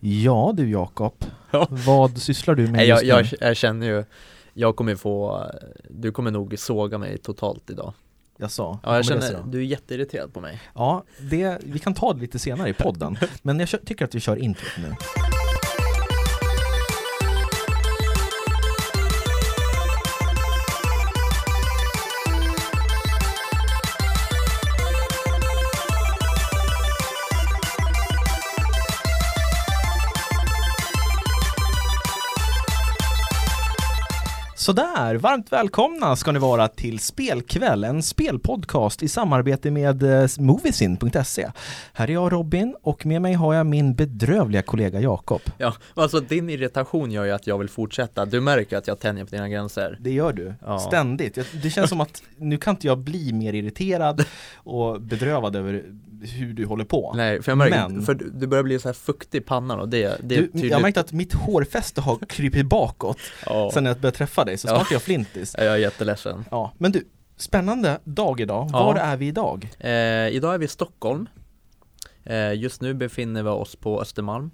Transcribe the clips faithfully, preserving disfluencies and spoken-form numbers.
Ja du Jakob, Ja. vad sysslar du med Nej, just jag, nu? jag, jag känner ju, jag kommer få, du kommer nog såga mig totalt idag. Jag sa. Ja, jag Kommer det känner, så? du är jätteirriterad på mig. Ja, det, vi kan ta det lite senare i podden. Men jag kö- tycker att vi kör introt nu. Sådär, varmt välkomna ska ni vara till Spelkväll, en spelpodcast i samarbete med eh, Moviesin punkt se. Här är jag Robin och med mig har jag min bedrövliga kollega Jakob. Ja, alltså din irritation gör ju att jag vill fortsätta. Du märker att jag tänjer på dina gränser. Det gör du, Ja. ständigt. Jag- Det känns som att nu kan inte jag bli mer irriterad och bedrövad över hur du håller på. Nej, för jag märker, Men- för du du börjar bli så här fuktig i pannan och det, det är Du, tydligt. jag har märkt att mitt hårfäste har krypit bakåt Ja. sen jag började träffa dig, så Ja. snart är jag flintis. Jag är jätteledsen. Ja, men du, spännande dag idag. Ja. Var är vi idag? Eh, idag är vi i Stockholm. Eh, just nu befinner vi oss på Östermalm.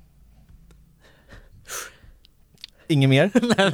Inget mer?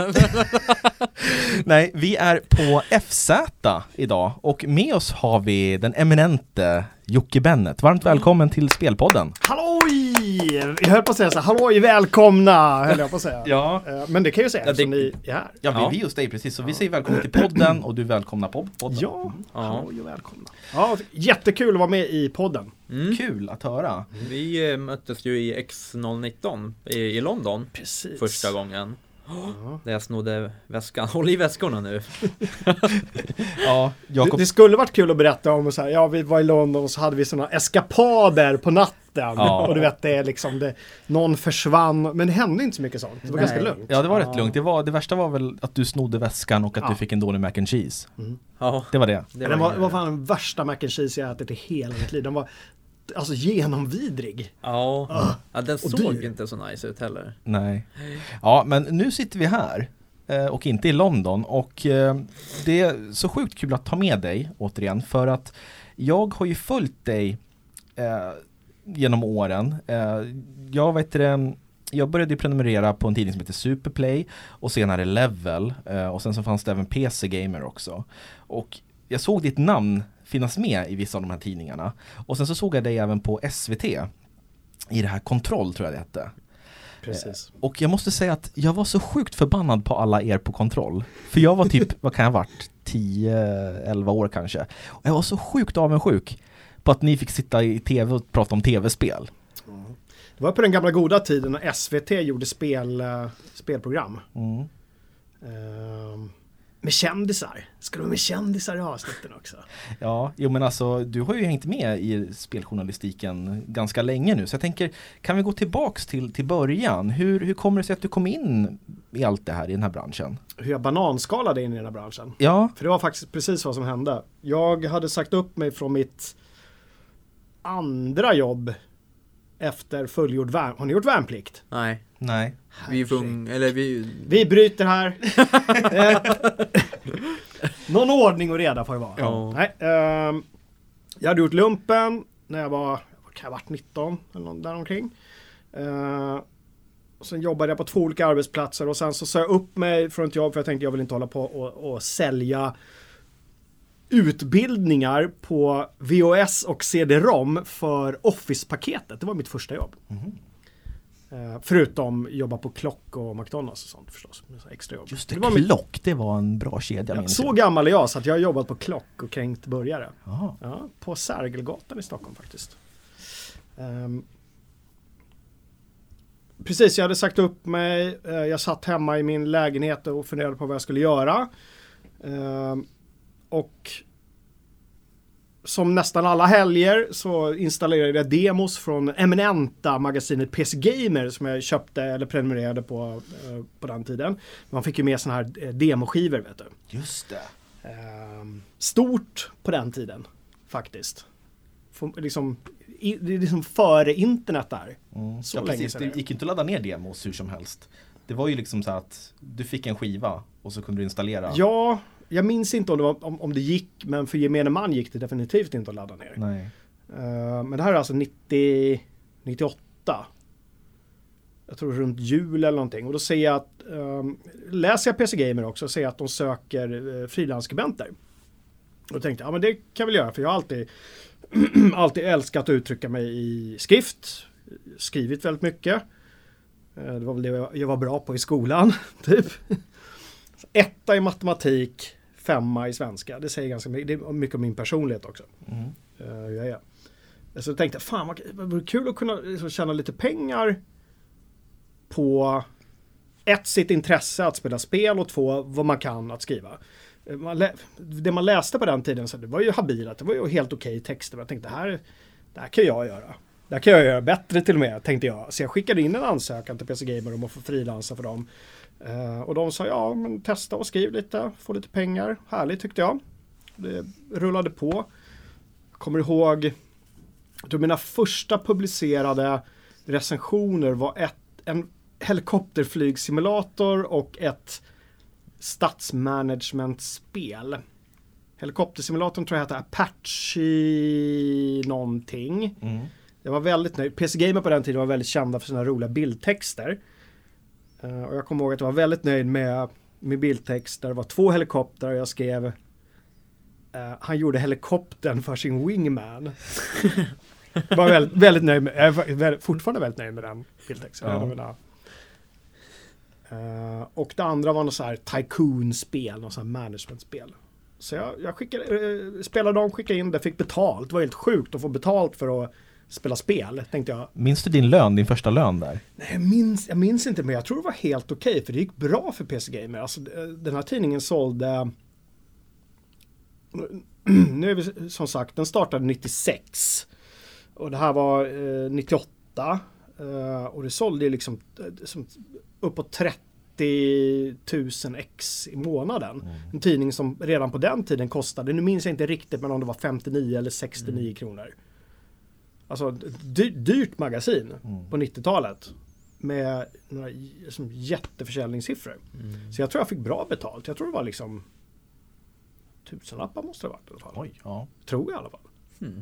Nej, vi är på F Z idag och med oss har vi den eminente Jocke Bennet. Varmt välkommen till Spelpodden. Halloj! Jag höll på att säga så här, halloj, välkomna, höll jag på att säga. Ja, Eh, Men det kan jag ju säga, Ja, det- eftersom ni är här. ja vi, Ja. vi just dig precis. Så vi säger välkommen till podden och du välkomnar på podden. Ja, Ja. halloj och välkomna. Ja, jättekul att vara med i podden. Mm. Kul att höra. Vi eh, möttes ju i X noll nitton i, i London Precis. första gången. Ja. Där jag snodde väskan. Håll i väskorna nu. Ja, Det, Jakob. det skulle varit kul att berätta om så här, ja, vi var i London och så hade vi såna eskapader på natten. Ja. Och du vet, det är liksom, det, någon försvann, men det hände inte så mycket sånt. Det var Nej. ganska lugnt. Ja, det var Ja. rätt lugnt. Det, var, det värsta var väl att du snodde väskan och att Ja. du fick en dålig mac and cheese. Ja, Det var det. det Men den var, ingen- var fan den värsta mac and cheese jag ätit i hela mitt liv. Den var alltså genomvidrig. Ja, Ah. ja den Och såg dyr. inte så nice ut heller. Nej. Ja, men nu sitter vi här eh, och inte i London och eh, det är så sjukt kul att ta med dig återigen för att jag har ju följt dig eh, genom åren. Eh, jag vet det, jag började ju prenumerera på en tidning som heter Superplay och senare Level eh, och sen så fanns det även P C Gamer också. Och jag såg ditt namn finnas med i vissa av de här tidningarna och sen så såg jag dig även på S V T i det här Kontroll tror jag det hette. Precis. Och jag måste säga att jag var så sjukt förbannad på alla er på Kontroll. För jag var typ, vad kan jag ha varit? tio elva år kanske. Och jag var så sjukt avundsjuk på att ni fick sitta i tv och prata om tv-spel. Det var på den gamla goda tiden när S V T gjorde spel, eh, spelprogram. Mm. Ehm, med kändisar. Ska du vara med kändisar i avsnitten också? Ja, jo men alltså du har ju hängt med i speljournalistiken ganska länge nu. Så jag tänker, kan vi gå tillbaks till, till början? Hur, hur kommer det sig att du kom in i allt det här i den här branschen? Hur jag bananskalade in i den här branschen. Ja, För det var faktiskt precis vad som hände. Jag hade sagt upp mig från mitt andra jobb efter fullgjord värn... Har ni gjort värnplikt? Nej, nej. vi är för ung, eller vi... Vi bryter här. Eh, Någon ordning och reda får det vara. Ja. Nej, ehm, jag hade gjort lumpen när jag var, vad kan jag ha varit, nitton eller någon däromkring. Uh, sen jobbade jag på två olika arbetsplatser och sen så sa jag upp mig från ett jobb för jag tänkte jag vill inte hålla på och, och sälja utbildningar på V H S och C D-ROM för Office-paketet. Det var mitt första jobb. Eh, förutom jobba på Klock och McDonalds och sånt förstås. Med så extra jobb. Just det, det var mitt, Klock, det var en bra kedja. ja, minns så jag. gammal är jag så att jag har jobbat på Klock och kränkt burgare. Jaha. Ja, på Sergelgatan i Stockholm faktiskt. Ehm, precis, jag hade sagt upp mig. Eh, jag satt hemma i min lägenhet och funderade på vad jag skulle göra. Ehm, och som nästan alla helger så installerade jag demos från eminenta magasinet P C Gamer som jag köpte eller prenumererade på eh, på den tiden. Man fick ju med såna här eh, demoskivor, vet du. Just det. Ehm, stort på den tiden faktiskt. Får, liksom, i, det är liksom före internet där. Mm. Så Ja, länge precis. sedan Det är det. gick ju inte att ladda ner demos hur som helst. Det var ju liksom så att du fick en skiva och så kunde du installera. Ja, jag minns inte om det, var, om, om det gick, men för gemene man gick det definitivt inte att ladda ner. Nej. Uh, men det här är alltså nittio, nittioåtta. jag tror runt jul eller någonting. Och då ser jag att, um, läser jag P C Gamer också och ser att de söker uh, frilansskribenter. Och då tänkte jag, ja men det kan jag väl göra, för jag har alltid, alltid älskat att uttrycka mig i skrift. Skrivit väldigt mycket. Uh, det var väl det jag var bra på i skolan, typ. Etta i matematik, femma i svenska. Det säger ganska mycket, det är mycket om min personlighet också. Mm. Uh, jag är. Så jag tänkte, fan vad vore kul att kunna liksom tjäna lite pengar på ett, sitt intresse att spela spel, och två, vad man kan att skriva. Man lä- det man läste på den tiden, så det var ju habilat, det var ju helt okej texter. Jag tänkte, det här, det här kan jag göra. Det här kan jag göra bättre till och med, tänkte jag. Så jag skickade in en ansökan till P C Gamer om att få frilansa för dem. Uh, och de sa, ja men testa och skriv lite, få lite pengar. Härligt tyckte jag. Det rullade på. Kommer ihåg, då mina första publicerade recensioner var ett, en helikopterflygsimulator och ett stadsmanagementspel. Helikoptersimulatorn tror jag heter Apache någonting. Mm. Jag var väldigt nöjd. P C Gamer på den tiden var väldigt kända för sina roliga bildtexter. Uh, och jag kommer ihåg att jag var väldigt nöjd med, med bildtexter. Det var två helikoptrar och jag skrev uh, han gjorde helikoptern för sin wingman. var väldigt, väldigt nöjd med, jag är väldigt, fortfarande väldigt nöjd med den bildtexten. Ja. Uh, och det andra var något så här tycoon-spel, något så här management-spel. Så jag, jag skickade, uh, spelade dem, skickade in det, fick betalt. Det var helt sjukt att få betalt för att spela spel, tänkte jag. Minns du din lön, din första lön där? Nej, jag minns, jag minns inte, men jag tror det var helt okej, okay, för det gick bra för P C Gamer. Alltså, den här tidningen sålde, nu är vi som sagt, den startade nittiosex och det här var eh, nittioåtta eh, och det sålde liksom eh, uppåt trettio tusen ex i månaden. Mm. En tidning som redan på den tiden kostade, nu minns jag inte riktigt, men om det var femtionio eller sextionio mm. kronor. Alltså dy- dyrt magasin mm. på nittiotalet med några liksom, jätteförsäljningssiffror. Mm. Så jag tror jag fick bra betalt. Jag tror det var liksom tusenlappar måste det ha varit i alla fall. Oj, ja. Tror jag i alla fall. Mm.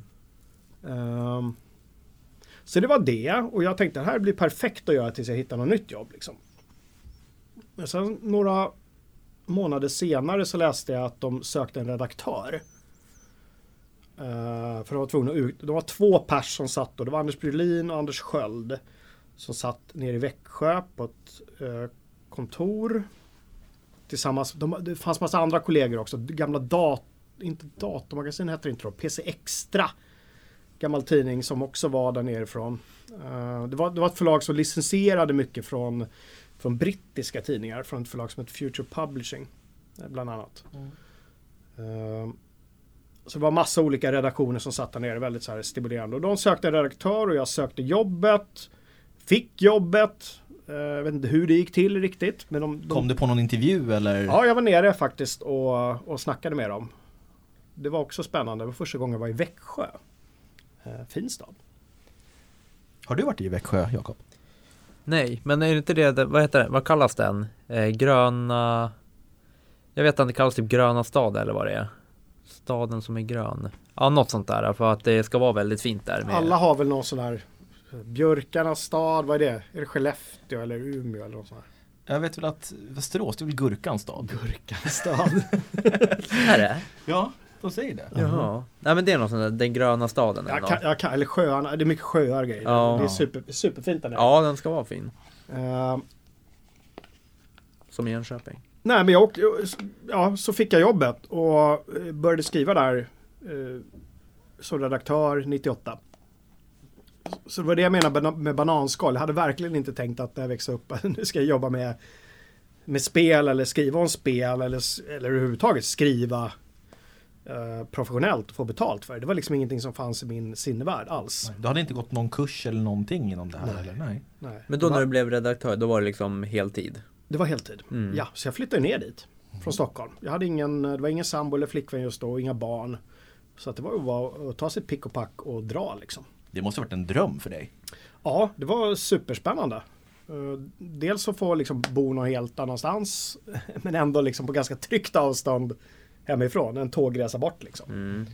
Um, så det var det, och jag tänkte det här blir perfekt att göra tills jag hittar något nytt jobb. Liksom. Men sen några månader senare så läste jag att de sökte en redaktör. Uh, för de var tvungna att ut. Det var två pers som satt, och det var Anders Brylin och Anders Sköld som satt nere i Växjö på ett uh, kontor tillsammans. De, det fanns massa andra kollegor också. Gamla dat, inte datamagasin heter det inte då, P C Extra. Gammal tidning som också var där nerifrån. Uh, det, var, det var ett förlag som licensierade mycket från, från brittiska tidningar. Från ett förlag som heter Future Publishing bland annat. Mm. Uh, Så det var massa olika redaktioner som satt där nere, väldigt så här stimulerande. Och de sökte en redaktör och jag sökte jobbet. Fick jobbet. Jag vet inte hur det gick till riktigt. Men de, de... Kom du på någon intervju eller? Ja, jag var nere faktiskt och, och snackade med dem. Det var också spännande. Det var första gången jag var i Växjö. Fin stad. Har du varit i Växjö, Jakob? Nej, men är det inte det, vad heter det, vad kallas den? Eh, gröna... Jag vet att det kallas typ gröna stad eller vad det är. Staden som är grön. Ja, något sånt där. För att det ska vara väldigt fint där. Med... Alla har väl någon sån här björkarnas stad. Vad är det? Är det Skellefteå eller Umeå eller något sånt här? Jag vet väl att Västerås, det är väl Gurkans stad. Gurkans stad. Är det? Ja, de säger det. Jaha. Nej, men det är något sånt där, den gröna staden. Jag kan, jag kan, eller sjöarna. Det är mycket sjöar grejer. Ja. Det är super, superfint där. Ja, den ska vara fin. Uh, Som i Jönköping. Nej, men jag åkte, ja, så fick jag jobbet och började skriva där eh, som redaktör nittioåtta. Så det var det jag menade med bananskal. Jag hade verkligen inte tänkt att när jag växte upp nu ska jag jobba med, med spel eller skriva om spel eller, eller överhuvudtaget skriva eh, professionellt och få betalt för det. Det var liksom ingenting som fanns i min sinnevärld alls. Nej, du hade inte gått någon kurs eller någonting inom det här? Nej. Eller? Nej. Nej. Men då var, när du blev redaktör, då var det liksom heltid? Det var heltid. Mm. Ja, så jag flyttade ner dit från mm. Stockholm. Jag hade ingen, det var ingen sambo eller flickvän just då, inga barn. Så att det var ju bara att ta sig pick och pack och dra liksom. Det måste ha varit en dröm för dig. Ja, det var superspännande. Dels att få liksom bo någon helt annanstans, men ändå liksom på ganska tryggt avstånd hemifrån. En tågresa bort liksom. Mm.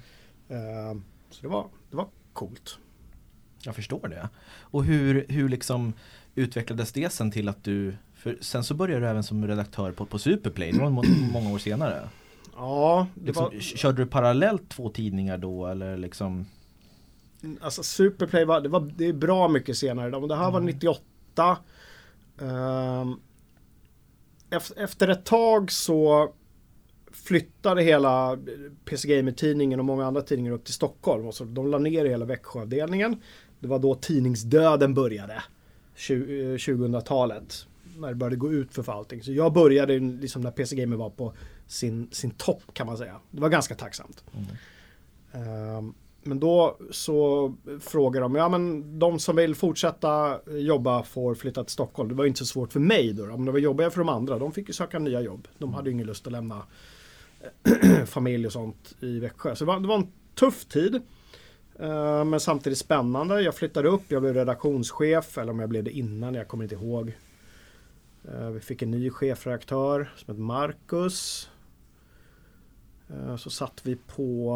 Så det var, det var coolt. Jag förstår det. Och hur, hur liksom, utvecklades det sen till att du, för sen så började du även som redaktör på, på Superplay, det var må- många år senare. Ja, det Liksom, var... Körde du parallellt två tidningar då eller liksom? Alltså Superplay var, det var det är bra mycket senare. Det här var nittioåtta. Um, efter ett tag så flyttade hela P C Gamer-tidningen och många andra tidningar upp till Stockholm. Och så de la ner hela Växjöavdelningen. Det var då tidningsdöden började. tjugohundratalet. När det började gå ut för allting. Så jag började liksom när P C Gamer var på sin, sin topp kan man säga. Det var ganska tacksamt. Mm. Um, men då så frågade de, ja men de som vill fortsätta jobba får flytta till Stockholm. Det var inte så svårt för mig då. Om det var jobbigare för de andra, de fick ju söka nya jobb. De hade ju ingen lust att lämna familj och sånt i Växjö. Så det var, det var en tuff tid. Uh, men samtidigt spännande. Jag flyttade upp, jag blev redaktionschef. Eller om jag blev det innan, jag kommer inte ihåg. Uh, vi fick en ny chefredaktör som heter Marcus. Uh, så satt vi på...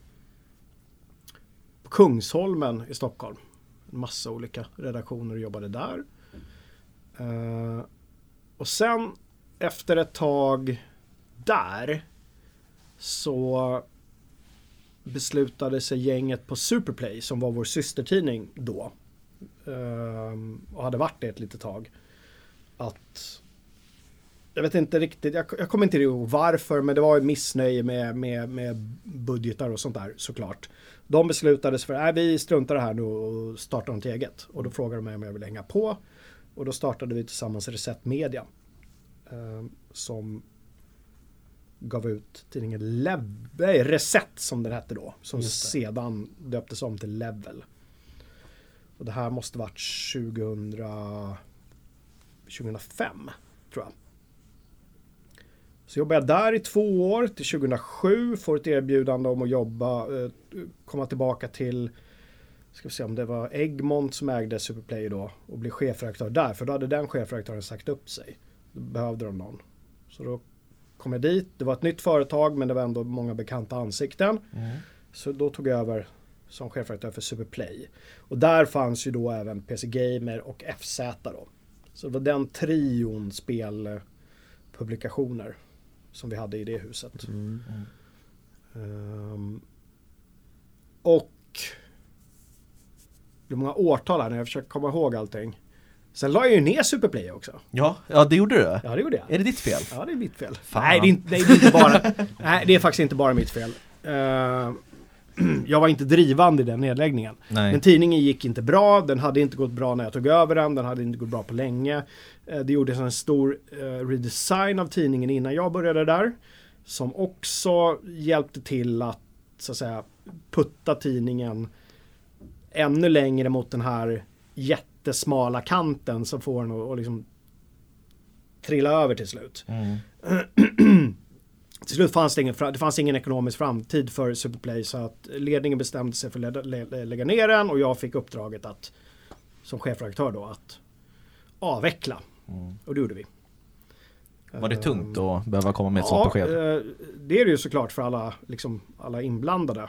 på Kungsholmen i Stockholm. En massa olika redaktioner jobbade där. Uh, och sen efter ett tag där så beslutade sig gänget på Superplay som var vår systertidning då uh, och hade varit det ett litet tag att jag vet inte riktigt, jag, jag kommer inte ihåg varför, men det var ett missnöje med, med, med budgetar och sånt där såklart. De beslutade sig för att vi struntar det här nu och startar något eget. Och då frågade de mig om jag ville hänga på. Och då startade vi tillsammans Reset Media. Eh, som gav ut tidningen Level, Reset som den hette då. Som sedan döptes om till Level. Och det här måste varit tjugohundra, tjugohundrafem tror jag. Så jobbade jag där i två år till tjugohundrasju. Får ett erbjudande om att jobba, eh, komma tillbaka till, ska vi se om det var Egmont som ägde Superplay då. Och bli chefredaktör där, för då hade den chefredaktören sagt upp sig. Då behövde de någon. Så då kom jag dit. Det var ett nytt företag men det var ändå många bekanta ansikten. Mm. Så då tog jag över som chefredaktör för Superplay. Och där fanns ju då även P C Gamer och F Z då. Så det var den trion spelpublikationer som vi hade i det huset. Mm. Um, och det är många årtal här när jag försöker komma ihåg allting. Sen la jag ju ner Superplay också. Ja, ja det gjorde du. Ja, det gjorde jag. Är det ditt fel? Ja, det är mitt fel. Nej det, är inte, det är inte bara, nej, det är faktiskt inte bara mitt fel. Uh, jag var inte drivande i den nedläggningen. Nej. Men tidningen gick inte bra. Den hade inte gått bra när jag tog över den. Den hade inte gått bra på länge. Uh, det gjordes en stor uh, redesign av tidningen innan jag började där. Som också hjälpte till att, så att säga, putta tidningen ännu längre mot den här jättesmala kanten som får den att, att liksom trilla över till slut. Mm. Till slut fanns det ingen, det fanns ingen ekonomisk framtid för Superplay så att ledningen bestämde sig för att lä- lä- lägga ner den och jag fick uppdraget att som chefredaktör då att avveckla. Mm. Och det gjorde vi. Var det tungt att behöva komma med ett ja, sånt besked? Det är det ju såklart för alla, liksom, alla inblandade.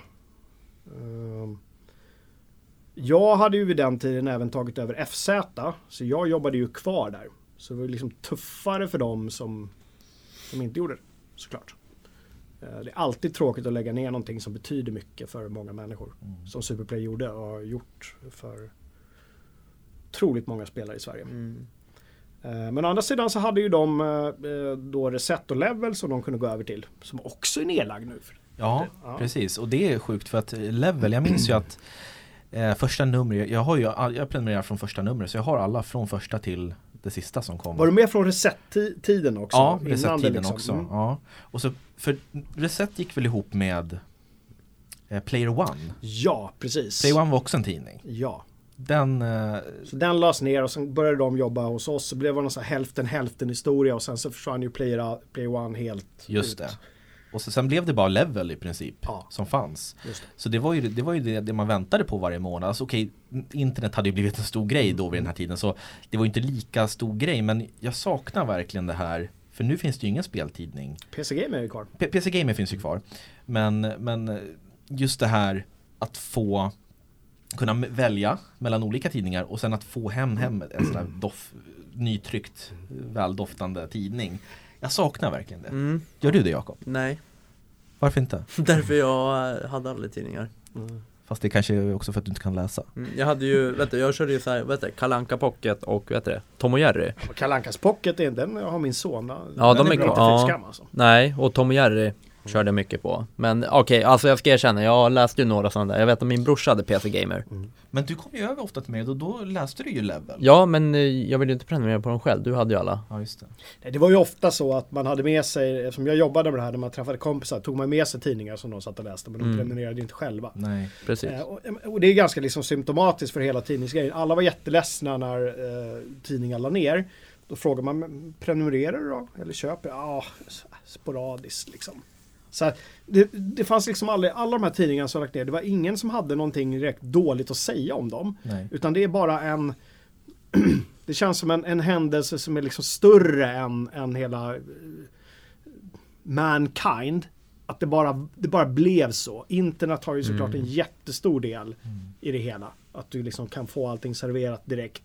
Jag hade ju vid den tiden även tagit över F Z så jag jobbade ju kvar där. Så det var liksom tuffare för dem som, som inte gjorde det, såklart. Det är alltid tråkigt att lägga ner någonting som betyder mycket för många människor. Mm. Som Superplay gjorde och har gjort för otroligt många spelare i Sverige. Mm. Men å andra sidan så hade ju de då Reset och Level som de kunde gå över till. Som också är nedlagd nu. Ja, ja, precis. Och det är sjukt för att Level, jag minns ju att eh, första numret, jag har ju, jag prenumererar från första numret så jag har alla från första till det sista som kom. Var du med från Reset-tiden också? Ja, Reset-tiden liksom. också. Mm. Ja. Och så, för Reset gick väl ihop med eh, Player One? Ja, precis. Player One var också en tidning. Ja. Den, eh... Så den lades ner och sen började de jobba hos oss. Så blev det någon så här hälften hälften historia och sen så försvann ju Player, Player One helt Just ut. det. Och så, sen blev det bara Level i princip ja. som fanns. Just det. Så det var ju, det, var ju det, det man väntade på varje månad. Alltså, okej, internet hade ju blivit en stor grej då vid den här tiden. Så det var ju inte lika stor grej. Men jag saknar verkligen det här. För nu finns det ju ingen speltidning. P C Gamer är ju kvar. P- PC Gamer finns ju kvar. Men, men just det här att få kunna m- välja mellan olika tidningar och sen att få hem, hem en sån här doff, nytryckt, väldoftande tidning. Jag saknar verkligen det. Mm. Gör du det, Jakob? Nej, Varför inte? därför jag eh, hade aldrig tidningar. Mm. Fast det kanske är också för att du inte kan läsa. Mm, jag hade ju, vet du, jag körde ju så här, vet du, Kalle Anka Pocket och vet du, Tom och Jerry. Kalle Ankas Pocket, är den jag har min son. Ja, den de är bra. kvar. Inte Ja. flytskam, alltså. Nej, och Tom och Jerry körde jag mycket på. Men okej, okay, alltså jag ska erkänna, jag läste ju några sådana där. Jag vet att min brorsa hade P C Gamer. Mm. Men du kom ju över ofta till mig och då läste du ju Level. Ja, men eh, jag ville ju inte prenumerera på dem själv. Du hade ju alla. Ja, just det. Nej, det var ju ofta så att man hade med sig, som jag jobbade med det här, när man träffade kompisar, tog man med sig tidningar som de satt och läste, men de Mm. prenumererade inte själva. Nej. Precis. Eh, och, och det är ganska liksom symptomatiskt för hela tidningsgrejen. Alla var jätteledsna när eh, tidningar la ner. Då frågar man, men prenumererar du då? Eller köper? Ja, sporadiskt liksom. Så här, det, det fanns liksom aldrig, alla de här tidningarna som lagt ner, det var ingen som hade någonting direkt dåligt att säga om dem. Nej. Utan det är bara en, det känns som en, en händelse som är liksom större än, än hela eh, mankind. Att det bara, det bara blev så. Internet har ju såklart Mm. en jättestor del Mm. i det hela. Att du liksom kan få allting serverat direkt.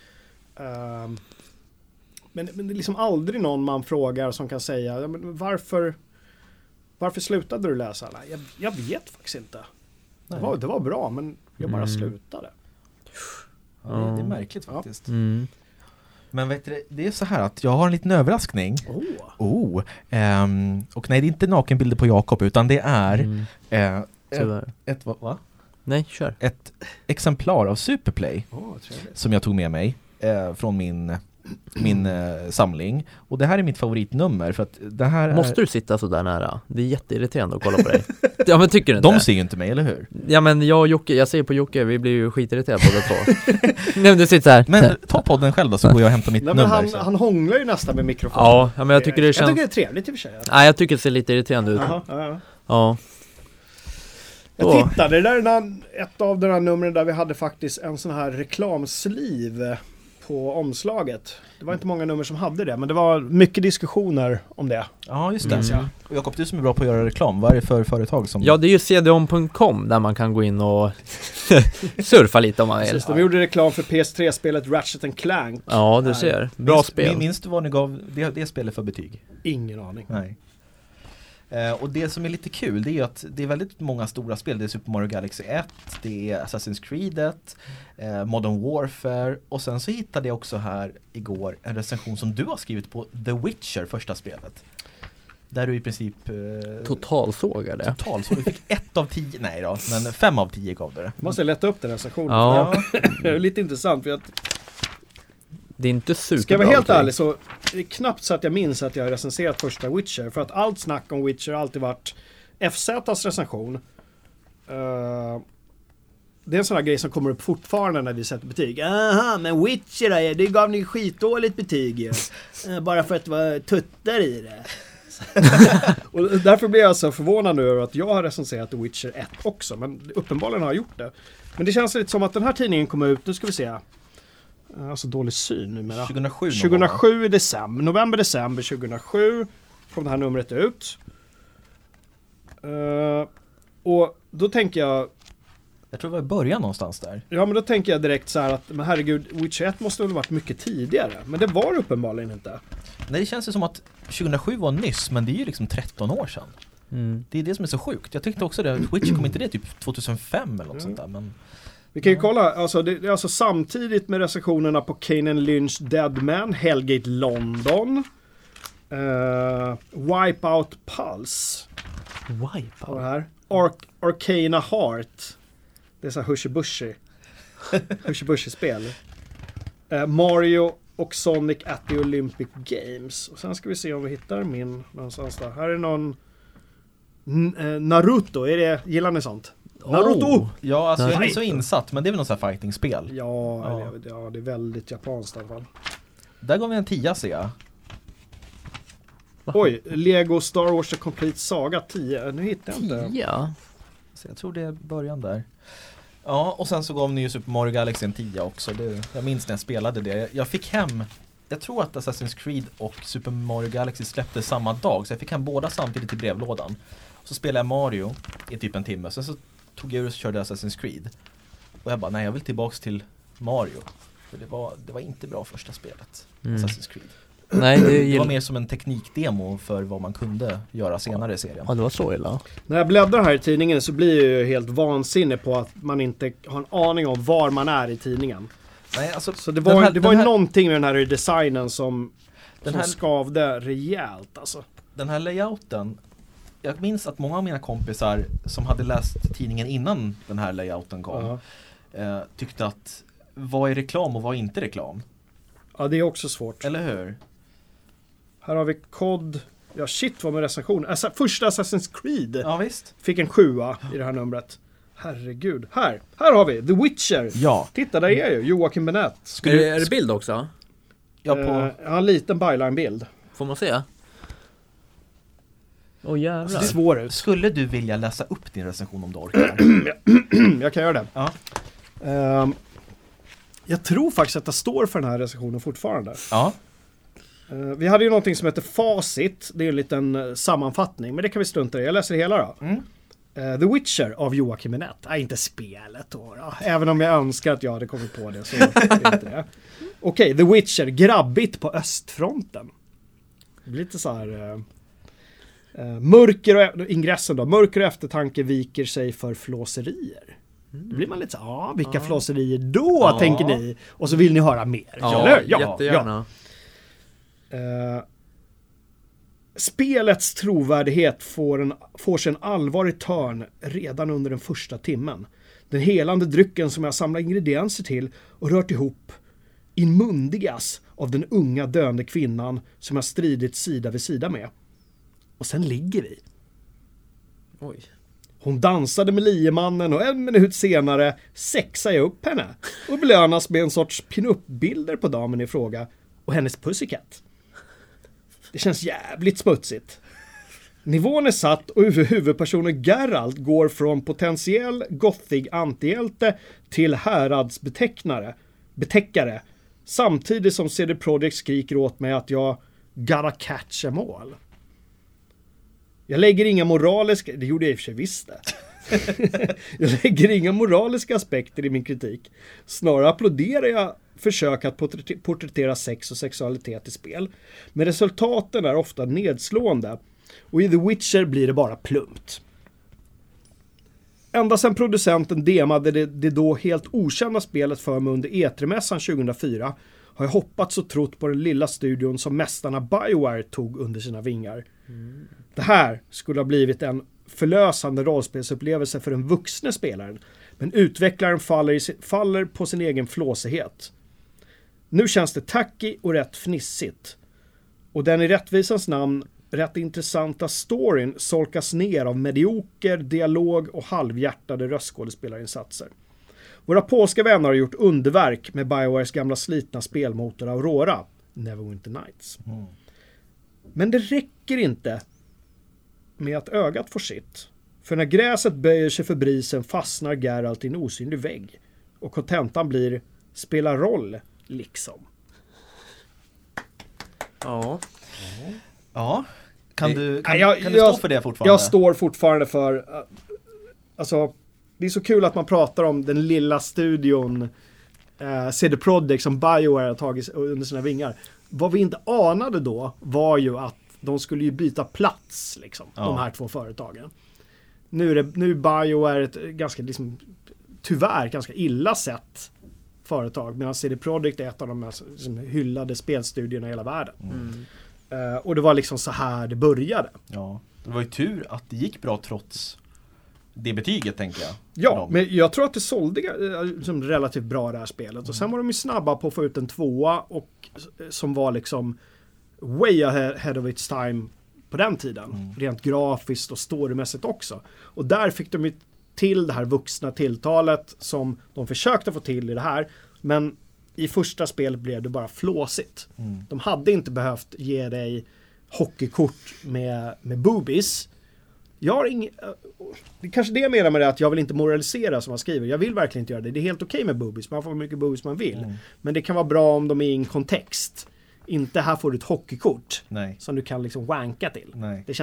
Um, men, men det är liksom aldrig någon man frågar som kan säga, ja, men varför, varför slutade du läsa alla? Jag, jag vet faktiskt inte. Det Nej. var, det var bra, men jag bara Mm. slutade. Ja, det, det är märkligt faktiskt. Mm. Men vet du, det är så här att jag har en liten överraskning. Oh. Oh, ehm, och nej, det är inte nakenbilder på Jakob, utan det är Mm. eh, ett, Tyvärr. ett, va, va? Nej, kör. ett exemplar av Superplay Oh, trevligt. som jag tog med mig eh, från min, min eh, samling. Och det här är mitt favoritnummer för att det här Måste är, du sitta så där nära? Det är jätteirriterande att kolla på dig. Ja, men tycker du inte? de ser ju inte mig, eller hur? Ja, men jag och Jocke, jag ser på Jocke, vi blir ju skitirriterade båda två. Nej, men du sitter så här. Men ta podden själv då, så går jag och hämtar mitt Nej, men nummer. han, så. han hånglar ju nästan med mikrofonen. Ja, ja, men jag tycker det jag känns... tycker det är trevligt i och för sig. Nej, jag tycker det ser lite irriterande ut. Jaha, ja, ja. Ja. Jag Då. tittade, det där är en- ett av de här numren där vi hade faktiskt en sån här reklamsliv på omslaget. Det var inte många nummer som hade det, men det var mycket diskussioner om det. Ja, just det. Mm. Och Jakob, du som är bra på att göra reklam, vad är det för företag som... Ja, det är ju c d o m punkt com där man kan gå in och surfa lite om man vill. Precis, de gjorde reklam för P S tre-spelet Ratchet and Clank. Ja, du ser. Bra minns, spel. Minns du vad ni gav det, det spelet för betyg? Ingen aning. Nej. Eh, och det som är lite kul, det är ju att det är väldigt många stora spel. Det är Super Mario Galaxy ett, det är Assassin's Creed ett, eh, Modern Warfare, och sen så hittade jag också här igår en recension som du har skrivit på The Witcher, första spelet. Där du i princip eh, Totalsågar det. total, så du fick ett av tio, nej då, men fem av tio gav du det. Måste jag leta upp den här sektionen. Ja. Det är lite intressant för att, Det är inte superbra. ska jag vara helt betyg. ärlig så det är knappt så att jag minns att jag har recenserat första Witcher. För att allt snack om Witcher har alltid varit F Z:s recension. Uh, det är en sån här grej som kommer upp fortfarande när vi sätter betyg. Aha, men Witcher då, det gav ni skitdåligt betyg ju. Uh, bara för att det var tuttar i det. Och därför blir jag så förvånad nu över att jag har recenserat The Witcher ett också. Men uppenbarligen har jag gjort det. Men det känns lite som att den här tidningen kom ut, nu ska vi se. Alltså dålig syn numera. tjugohundrasju någon gång, tjugohundrasju i december, november, december tjugohundrasju kom det här numret ut. Uh, och då tänker jag, Jag tror det var i början någonstans där. ja men då tänker jag direkt så här att, men herregud, Witcher ett måste väl ha varit mycket tidigare. Men det var det uppenbarligen inte. Nej, det känns ju som att tjugohundrasju var nyss, men det är ju liksom tretton år sedan. Mm. Det är det som är så sjukt. Jag tyckte också det, Witcher kom inte det typ tjugohundrafem eller något Mm. sånt där, men... Vi kan ju kolla, alltså, det, det är alltså samtidigt med recensionerna på Kane and Lynch Dead Man, Hellgate London, uh, Wipeout Pulse, har det Wipeout. här. Arc- Arcana Heart. Det är så här Hushy-Bushy. Hushy-Bushy-spel. Uh, Mario och Sonic at the Olympic Games. Och sen ska vi se om vi hittar min någonstans där. Här är någon N- eh, Naruto, är det, gillar ni sånt? Naruto! Oh. Ja, alltså jag är Nej. inte så insatt, men det är väl något sånt här fighting-spel. Ja, Ja. eller, ja, det är väldigt japanskt i alla fall. Där går vi en tia, ser jag. Oj, Lego Star Wars The Complete Saga tio. Nu hittar jag inte. Tia. Så jag tror det är början där. Ja, och sen så gav ni ju Super Mario Galaxy en tia också. Det, jag minns när jag spelade det. Jag, jag fick hem, jag tror att Assassin's Creed och Super Mario Galaxy släppte samma dag. Så jag fick hem båda samtidigt i brevlådan. Så spelade jag Mario i typ en timme. Sen så tog jag ur och körde Assassin's Creed. Och jag bara, nej jag vill tillbaks till Mario. För det var, det var inte bra första spelet, Mm. Assassin's Creed. Nej, det, Det var gill... mer som en teknikdemo för vad man kunde göra senare i serien. ja, det var så illa. När jag bläddrar här i tidningen så blir jag ju helt vansinnig på att man inte har en aning om var man är i tidningen. Nej, alltså, Så det den var, här- det var den ju här- någonting med den här designen som, Den som här- skavde rejält alltså. Den här layouten, jag minns att många av mina kompisar som hade läst tidningen innan den här layouten kom Ja. eh, tyckte att vad är reklam och vad är inte reklam? Ja, det är också svårt. Eller hur? Här har vi kod. Ja, shit vad med recension. Assa, första Assassin's Creed Ja visst. fick en sjua i det här numret. Herregud. Här, här har vi The Witcher. Ja. Titta, där är ju Joakim Benett. Är det, är det bild också? Ja, på, Eh, jag har en liten byline-bild. Får man se? Åh oh, jävlar. Det ser svår ut. skulle du vilja läsa upp din recension om du orkar? Jag kan göra det. Ja. Ehm, jag tror faktiskt att det står för den här recensionen fortfarande. Ja. Eh, vi hade ju någonting som heter Facit. Det är en liten eh, sammanfattning. Men det kan vi strunta i. Jag läser hela då. Mm. Eh, The Witcher av Joakim Benett. Nej, inte spelet då, då. Även om jag önskar att jag hade kommit på det så är det inte det. Okej, The Witcher. Grabbigt på östfronten. Det blir lite så här... Eh, eh, mörker och... Ingressen då. Mörker och eftertanke viker sig för flåserier. Då blir man lite så här, ja, vilka Ja. flåserier då, Ja. tänker ni? Och så vill ni höra mer. Ja, eller hur? jättegärna. Eh, spelets trovärdighet får, en, får sig en allvarlig törn redan under den första timmen. Den helande drycken som jag samlar ingredienser till och rört ihop inmundigas av den unga döende kvinnan som jag stridit sida vid sida med. Och sen ligger vi. Oj. Hon dansade med liemannen och en minut senare sexade jag upp henne och belönas med en sorts pin-up-bilder på damen i fråga och hennes pussycat. Det känns jävligt smutsigt. Nivån är satt och huvudpersonen Geralt går från potentiell gothig antihjälte till häradsbetecknare, betäckare, samtidigt som C D Projekt skriker åt mig att jag gotta catch em all. Jag lägger inga moraliska, det gjorde jag i och för sig visst det. Jag lägger inga moraliska aspekter i min kritik. Snarare applåderar jag försök att porträttera sex och sexualitet i spel. Men resultaten är ofta nedslående. Och i The Witcher blir det bara plumpt. Ända sedan producenten demade det, det då helt okända spelet för mig under E tre-mässan tjugohundrafyra har jag hoppats och trott på den lilla studion som mästarna BioWare tog under sina vingar. Mm. Det här skulle ha blivit en förlösande rollspelsupplevelse för den vuxna spelaren. Men utvecklaren faller, i, faller på sin egen flåsighet. Nu känns det tacky och rätt fnissigt. Och den i rättvisans namn rätt intressanta storyn solkas ner av medioker, dialog och halvhjärtade röstskådespelarinsatser. Våra polska vänner har gjort underverk med BioWares gamla slitna spelmotor Aurora, Neverwinter Nights. Mm. Men det räcker inte med att ögat får sitt. För när gräset böjer sig för brisen fastnar Geralt i en osynlig vägg. Och kontentan blir spela roll, liksom. Ja. Ja. Kan du, kan, jag, kan du jag, stå för det fortfarande? Jag står fortfarande för... Alltså, det är så kul att man pratar om den lilla studion eh, C D Projekt som BioWare har tagit under sina vingar. Vad vi inte anade då var ju att de skulle ju byta plats, liksom, ja. De här två företagen. Nu är, det, nu är BioWare ett ganska, liksom, tyvärr ganska illa sett företag, medan C D Projekt är ett av de mest liksom, hyllade spelstudierna i hela världen. Mm. Uh, och det var liksom så här det började. Ja, det var ju tur att det gick bra trots det betyget, tänker jag. Ja, men jag tror att det sålde liksom, relativt bra det här spelet. Mm. Och sen var de ju snabba på att få ut en tvåa och, som var liksom way ahead of its time på den tiden. Mm. Rent grafiskt och storymässigt också. Och där fick de ju till det här vuxna tilltalet som de försökte få till i det här. Men i första spelet blev det bara flåsigt. Mm. De hade inte behövt ge dig hockeykort med, med boobies. Jag har ing... Det är kanske det jag menar med det, att jag vill inte moralisera som man skriver. Jag vill verkligen inte göra det. Det är helt okej okay med boobies. Man får hur mycket boobies man vill. Mm. Men det kan vara bra om de är i en kontext. Inte här får du ett hockeykort. Nej. Som du kan liksom wanka till. Nej. Det känns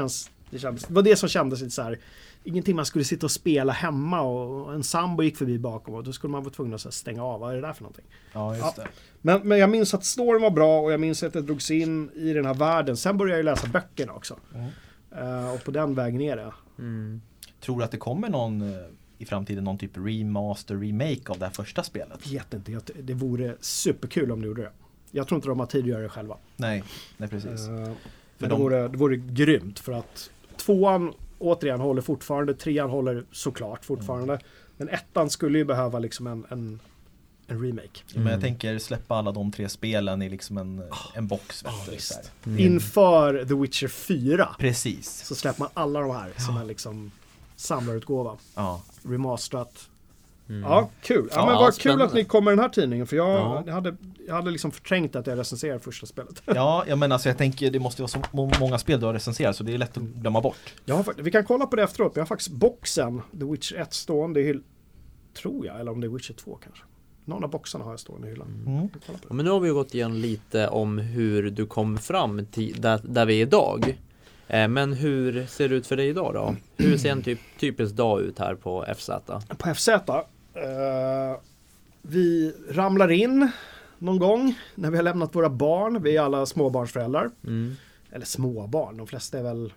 Det, kändes, det var det som kändes lite så här. Ingenting man skulle sitta och spela hemma och en sambo gick förbi bakom och då skulle man vara tvungen att så här, stänga av. Vad är det där för någonting? Ja, just Ja. det. Men, men jag minns att storyn var bra och jag minns att jag drogs in i den här världen. Sen började jag läsa böckerna också. Mm. Uh, och på den vägen är det. Mm. Tror du att det kommer någon eh, i framtiden, någon typ remaster, remake av det här första spelet? Jag vet inte, jag, det vore superkul om de gjorde det. Jag tror inte de har tid att göra det själva. Nej, nej precis. Uh, För men de- det, vore, det vore grymt för att tvåan återigen håller fortfarande, trean håller såklart fortfarande. Mm. Men ettan skulle ju behöva liksom en, en, en remake. Men jag Mm. tänker släppa alla de tre spelen i liksom en, en box. Vet Ja, du, visst. så här. Mm. Inför The Witcher fyra Precis. så släpper man alla de här som en liksom samlarutgåva. Ja. Remasterat. Mm. Ja, kul. Ja, Ja, men vad kul spännande. att ni kommer den här tidningen. För jag, Ja. jag, hade, jag hade liksom förträngt att jag recenserade första spelet. Ja, jag menar alltså jag tänker det måste vara så må- många spel du har recenserat så det är lätt att glömma bort. Jag har, fakt- vi kan kolla på det efteråt. Jag har faktiskt boxen The Witcher ett stående i hyllan. Tror jag, eller om det är Witcher två kanske. Någon av boxarna har jag stående i hyllan. Mm. Vi kan kolla på det. Ja, men nu har vi ju gått igenom lite om hur du kom fram till där, där vi är idag. Eh, men hur ser det ut för dig idag då? Hur ser en typ, typisk dag ut här på F Z? På F Z. Eh, vi ramlar in någon gång när vi har lämnat våra barn. Vi är alla småbarnsföräldrar. Mm. Eller småbarn, de flesta är väl...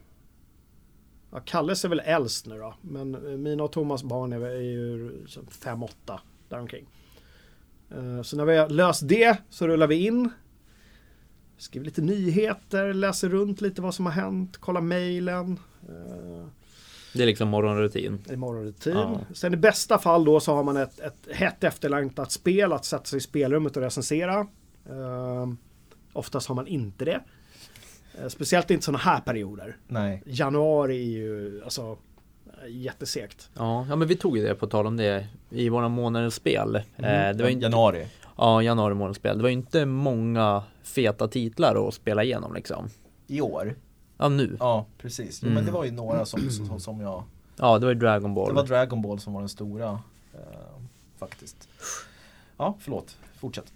Ja, Kalles är väl äldst nu då. Men mina och Thomas barn är, är ju fem åtta däromkring. Uh, så när vi har löst det så rullar vi in. Skriver lite nyheter, läser runt lite vad som har hänt, kollar mejlen. Uh, Det är liksom morgonrutin. i morgonrutin. Ja. Sen i bästa fall då så har man ett, ett hett efterlängtat spel att sätta sig i spelrummet och recensera. Uh, oftast har man inte det. Uh, speciellt inte sådana här perioder. Nej. Januari är ju alltså jättesegt. Ja, ja, men vi tog ju det på tal om det i våra månadens spel. Eh, det var ju inte, Januari. ja, januari månadens spel. Det var ju inte många feta titlar att spela igenom liksom. I år. Ja, nu. Ja, precis. Jo, Mm. men det var ju några som, som, som jag... Ja, det var ju Dragon Ball. Det var Dragon Ball som var den stora. Eh, faktiskt. Ja, förlåt. Fortsätt.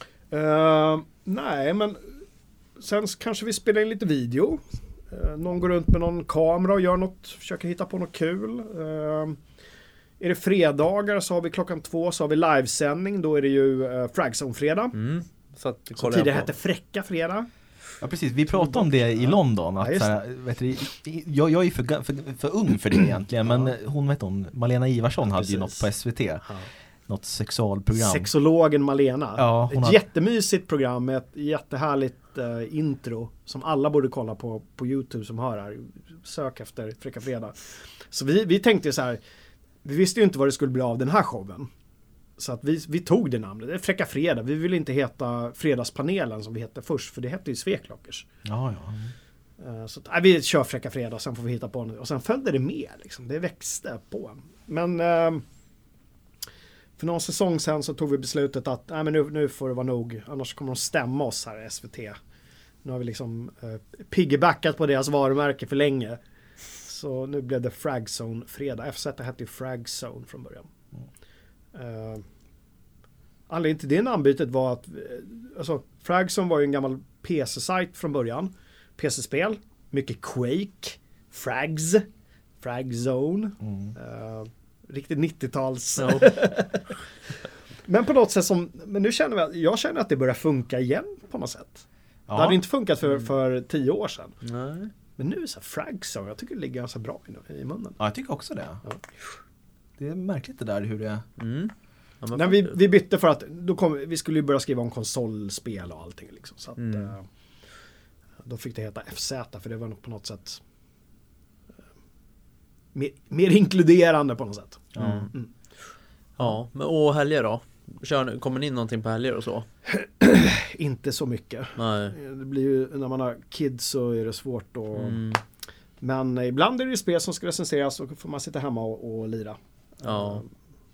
Uh, nej, men sen kanske vi spelar in lite video. Uh, någon går runt med någon kamera och gör något, försöker hitta på något kul. Uh, är det fredagar så har vi klockan två så har vi livesändning. Då är det ju uh, Fragzone-fredag. Mm. Så att Som kollar tidigare jag på. hette Fräcka fredag. Ja, precis. Vi pratade om det i London. Att, Ja, just så här, vet du, jag, jag är för, ga- för, för ung för det egentligen. Men Ja. hon, vet hon, Malena Ivarsson hade ju något Precis. på S V T. Något sexualprogram. Sexologen Malena. Ja, hon ett har- jättemysigt program med ett jättehärligt uh, intro som alla borde kolla på på YouTube som hör här. Sök efter Fräcka fredag. Så vi, vi tänkte ju så här, vi visste ju inte vad det skulle bli av den här showen. Så att vi, vi tog det namnet. Det är Fräcka fredag. Vi ville inte heta Fredagspanelen som vi hette först, för det hette ju Sveklockers. Ja, ja. Uh, så att, nej, vi kör Fräcka fredag, sen får vi hitta på något. Och sen följde det med liksom. Det växte på. Men uh, för någon säsong sen så tog vi beslutet att nej, men nu, nu får det vara nog. Annars kommer de stämma oss här i S V T. Nu har vi liksom uh, piggybackat på deras varumärke för länge. Så nu blev det Fragzone fredag. F Z hette ju Fragzone från början. Uh, anledningen till det namnbytet var att uh, alltså, Fragzone var ju en gammal P C-sajt från början. P C-spel. Mycket Quake. Frags. Fragzone. Mm. Uh, riktigt nittio-tals. Ja. Men på något sätt som, men nu känner jag, jag känner att det börjar funka igen på något sätt. Ja. Det hade inte funkat för, för tio år sedan. Nej. Men nu är det så här Fragzone, jag tycker det ligger ganska bra i, i munnen. Ja, jag tycker också det. Ja. Det är märkligt det där hur det... Mm. Ja, men När vi, vi bytte för att då kom, vi skulle ju börja skriva om konsolspel och allting liksom. Så att, Mm. eh, då fick det heta F Z för det var nog på något sätt eh, mer, mer inkluderande på något sätt. Ja. Mm. Mm. Ja, men och helger då? Kör, kommer ni in någonting på helger och så? Inte så mycket. Nej. Det blir ju, när man har kids så är det svårt att... Mm. Men ibland är det ju spel som ska recenseras och får man sitta hemma och, och lira. Ja. Eh,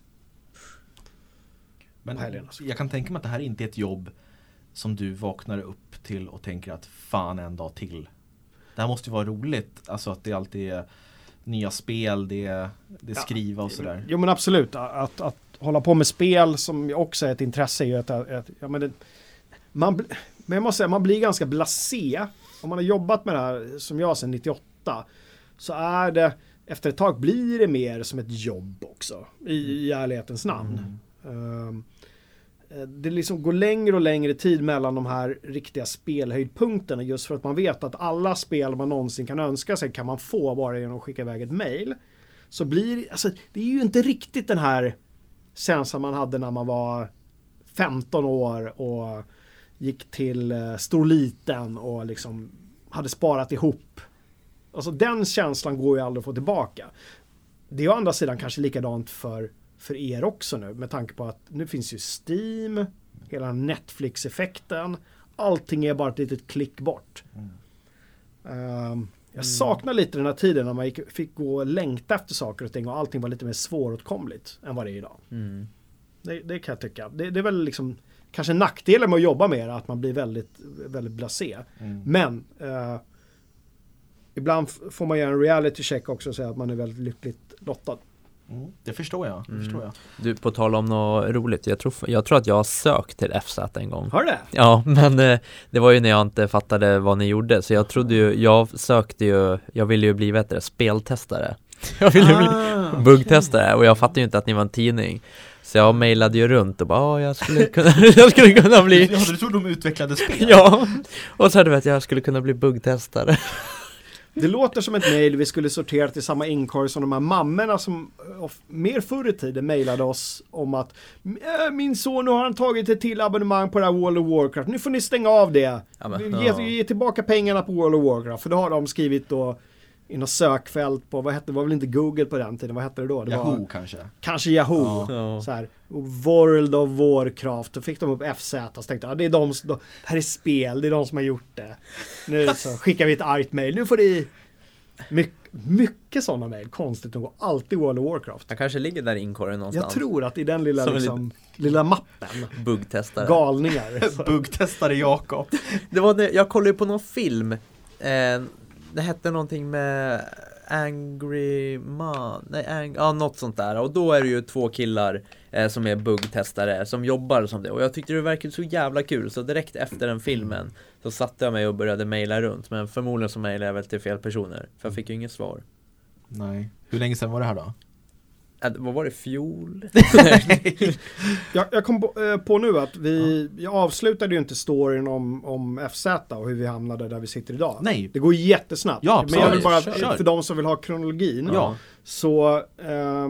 Men På helgerna, så. jag kan tänka mig att det här inte är ett jobb som du vaknar upp till och tänker att fan en dag till. Det här måste ju vara roligt. Alltså att det alltid är nya spel, det är, det är Ja. skriva och sådär. Jo men absolut, att, att hålla på med spel som också är ett intresse är ju att, att ja, men det, man, bl- men jag måste säga, man blir ganska blasé om man har jobbat med det här som jag sedan nittioåtta. så är det, efter ett tag blir det mer som ett jobb också, i, i ärlighetens namn. Mm. Um, det liksom går längre och längre tid mellan de här riktiga spelhöjdpunkterna, just för att man vet att alla spel man någonsin kan önska sig kan man få bara genom att skicka iväg ett mail. Så blir alltså, det är ju inte riktigt den här känslan man hade när man var femton år och gick till uh, Storliten och liksom hade sparat ihop. Alltså den känslan går ju aldrig att få tillbaka. Det är å andra sidan kanske likadant för, för er också nu, med tanke på att nu finns ju Steam, hela Netflix-effekten. Allting är bara ett litet klick bort. Mm. Um, jag saknar lite den här tiden när man gick, fick gå och längta efter saker och ting och allting var lite mer svåråtkomligt än vad det är idag. Mm. Det, det kan jag tycka. Det, det är väl liksom kanske nackdelen med att jobba med det, att man blir väldigt, väldigt blasé. Mm. Men uh, ibland får man göra en reality check också och säga att man är väldigt lyckligt lottad. Mm, det förstår jag, det mm. förstår jag. Du, på tal om något roligt, jag tror, jag tror att jag har sökt till F Z en gång. Har du det? Ja, men eh, det var ju när jag inte fattade vad ni gjorde, så jag trodde ju, jag sökte ju, jag ville ju bli, vet du, speltestare. Jag ville ju ah, bli buggtestare okay. Och jag fattade ju inte att ni var en tidning. Så jag mejlade ju runt och bara, ah, jag skulle kunna, jag skulle kunna bli... Ja, du trodde de utvecklade spel? Ja, och så hade jag att jag skulle kunna bli buggtestare. Det låter som ett mejl vi skulle sortera till samma inkorg som de här mammorna som mer förr i tiden mejlade oss om att min son, nu har han tagit ett till abonnemang på det här World of Warcraft. Nu får ni stänga av det. Ja, men, ge, ja. ge tillbaka pengarna på World of Warcraft. För då har de skrivit då i något sökfält på, vad hette det, var väl inte Google på den tiden, vad hette det då? Det Yahoo var, kanske. Kanske Yahoo. Ja. Så här, World of Warcraft. Då fick de upp F Z och tänkte, ja, det är de, det här är spel, det är de som har gjort det. Nu så skickar vi ett argt mejl. Nu får ni My, mycket sådana mejl, konstigt nog, alltid World of Warcraft. Jag kanske ligger där i inkorgen någonstans. Jag tror att i den lilla, liksom, lilla mappen. Buggtestare. Galningar. Buggtestare Jakob. Det var det, jag kollade ju på någon film. Eh, det hette någonting med Angry Man. Nej, ang, ja, något sånt där. Och då är det ju två killar eh, som är buggtestare som jobbar som det. Och jag tyckte det verkade så jävla kul. Så direkt efter den filmen så satte jag mig och började mejla runt. Men förmodligen så mejlade jag väl till fel personer. För jag fick ju inget svar. Nej. Hur länge sedan var det här då? Äh, vad var det? Fjol? jag, jag kom på, eh, på nu att vi jag avslutade ju inte storyn om, om F Z och hur vi hamnade där vi sitter idag. Nej. Det går jättesnabbt. Ja, men jag vill bara, kör. för de som vill ha kronologin. Ja. Så eh,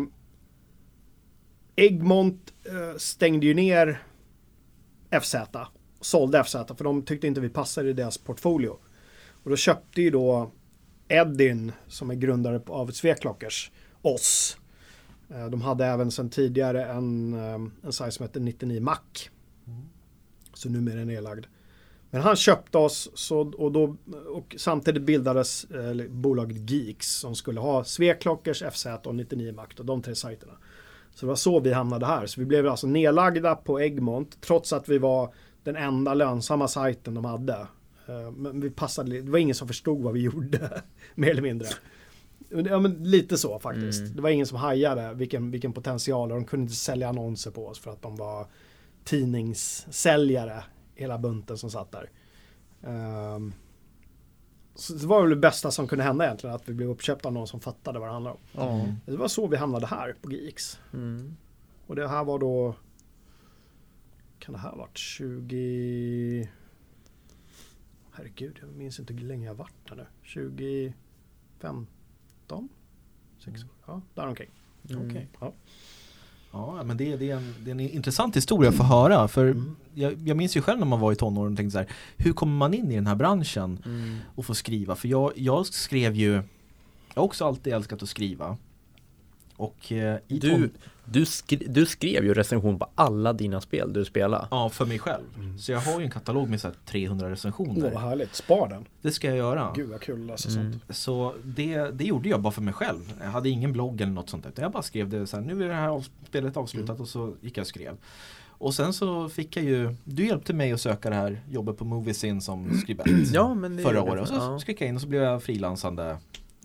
Egmont eh, stängde ju ner F Z. Sålde F Z för de tyckte inte vi passade i deras portfolio. Och då köpte ju då Edin, som är grundare av Sveklockers, oss. De hade även sedan tidigare en, en sajt som heter nittionio Mac. Mm. Så numera är nedlagd. Men han köpte oss så, och, då, och samtidigt bildades eh, bolaget Geeks som skulle ha Sveklockers, F Z och nittionio Mac och de tre sajterna. Så det var så vi hamnade här. Så vi blev alltså nedlagda på Egmont trots att vi var den enda lönsamma sajten de hade. Men vi passade, det var ingen som förstod vad vi gjorde, mer eller mindre. Ja, men lite så faktiskt. Mm. Det var ingen som hajade vilken, vilken potential. De kunde inte sälja annonser på oss för att de var tidningssäljare, hela bunten som satt där. Um, så det var väl det bästa som kunde hända egentligen, att vi blev uppköpta av någon som fattade vad det handlade om. Mm. Det var så vi hamnade här på Geeks. Mm. Och det här var då, kan det här ha varit tjugo... Herregud, jag minns inte hur länge jag har varit här nu. tjugo femton? sex år? Ja, där omkring. Mm. Okay. Ja. Ja, men det, det, är en, det är en intressant historia för att höra. För mm. jag, jag minns ju själv när man var i tonåren och tänkte så här, hur kommer man in i den här branschen mm. och få skriva? För jag, jag skrev ju, jag har också alltid älskat att skriva. Och eh, i du, ton- du, skri- du skrev ju recension på alla dina spel du spelade. Ja, för mig själv. Mm. Så jag har ju en katalog med så här trehundra recensioner. Åh, vad härligt. Spar den. Det ska jag göra. Gud, vad kul att läsa mm. sånt. Så det, det gjorde jag bara för mig själv. Jag hade ingen blogg eller något sånt. Utan jag bara skrev det så här, nu är det här av- spelet avslutat mm. och så gick jag och skrev. Och sen så fick jag ju, du hjälpte mig att söka det här jobbet på Moviesin som skribent ja, men det förra året. Och så ja. skickade jag in och så blev jag frilansande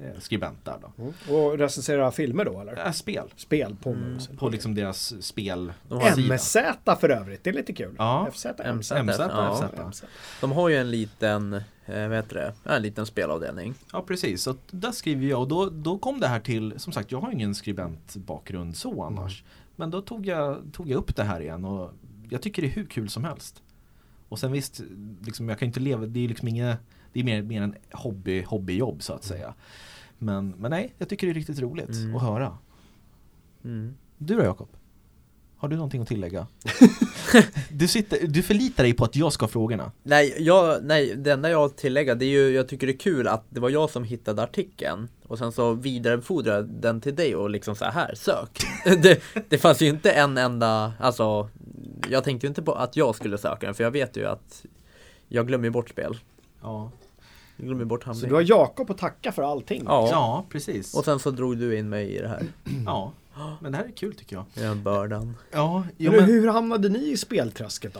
eh, skribent där då. Mm. Och recensera filmer då eller? Äh, spel. Spel på Mm, på liksom deras spel. M S Z för övrigt, det är lite kul. Ja. F Z, M Z, M Z, ja. F Z. M Z. De har ju en liten, eh, vad heter det? En liten spelavdelning. Ja, precis. Så där skriver jag och då, då kom det här till, som sagt, jag har ingen skribentbakgrund så annars. Mm. Men då tog jag, tog jag upp det här igen och jag tycker det är hur kul som helst. Och sen visst, liksom, jag kan inte leva, det är liksom inga, det är mer, mer en hobby, hobbyjobb så att säga. Men, men nej, jag tycker det är riktigt roligt mm. att höra. Mm. Du då, Jakob? Har du någonting att tillägga? du, sitter, du förlitar dig på att jag ska ha frågorna. Nej, jag, nej, det enda jag har att tillägga, det är ju, jag tycker det är kul att det var jag som hittade artikeln och sen så vidarebefordrade den till dig och liksom så här, sök. det, det fanns ju inte en enda, alltså jag tänkte ju inte på att jag skulle söka den, för jag vet ju att jag glömmer bort spel. Ja. Jag glömmer bort handling. Så du har Jakob att tacka för allting. Ja. Ja, precis. Och sen så drog du in mig i det här. Ja, men det här är kul tycker jag. Den bördan. Ja, jo, men men... hur hamnade ni i spelträsket då?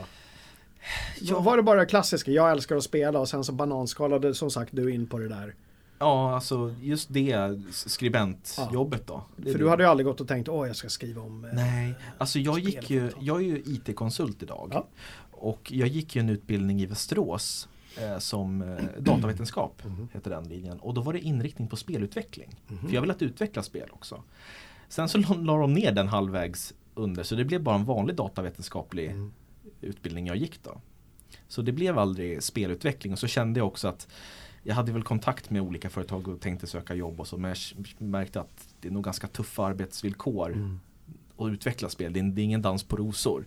Ja. Var det bara det klassiska, jag älskar att spela och sen så bananskalade som sagt du in på det där? Ja, alltså just det skribentjobbet då. Det för det. du hade ju aldrig gått och tänkt, åh jag ska skriva om... Nej, alltså jag gick ju, jag är ju I T-konsult idag. Ja. Och jag gick ju en utbildning i Västerås eh, som eh, datavetenskap mm. heter den linjen. Och då var det inriktning på spelutveckling. Mm. För jag vill att utveckla spel också. Sen så la de ner den halvvägs under, så det blev bara en vanlig datavetenskaplig mm. utbildning jag gick då. Så det blev aldrig spelutveckling. Och så kände jag också att jag hade väl kontakt med olika företag och tänkte söka jobb och så, men jag märkte att det är nog ganska tuffa arbetsvillkor mm. att utveckla spel. Det är, det är ingen dans på rosor.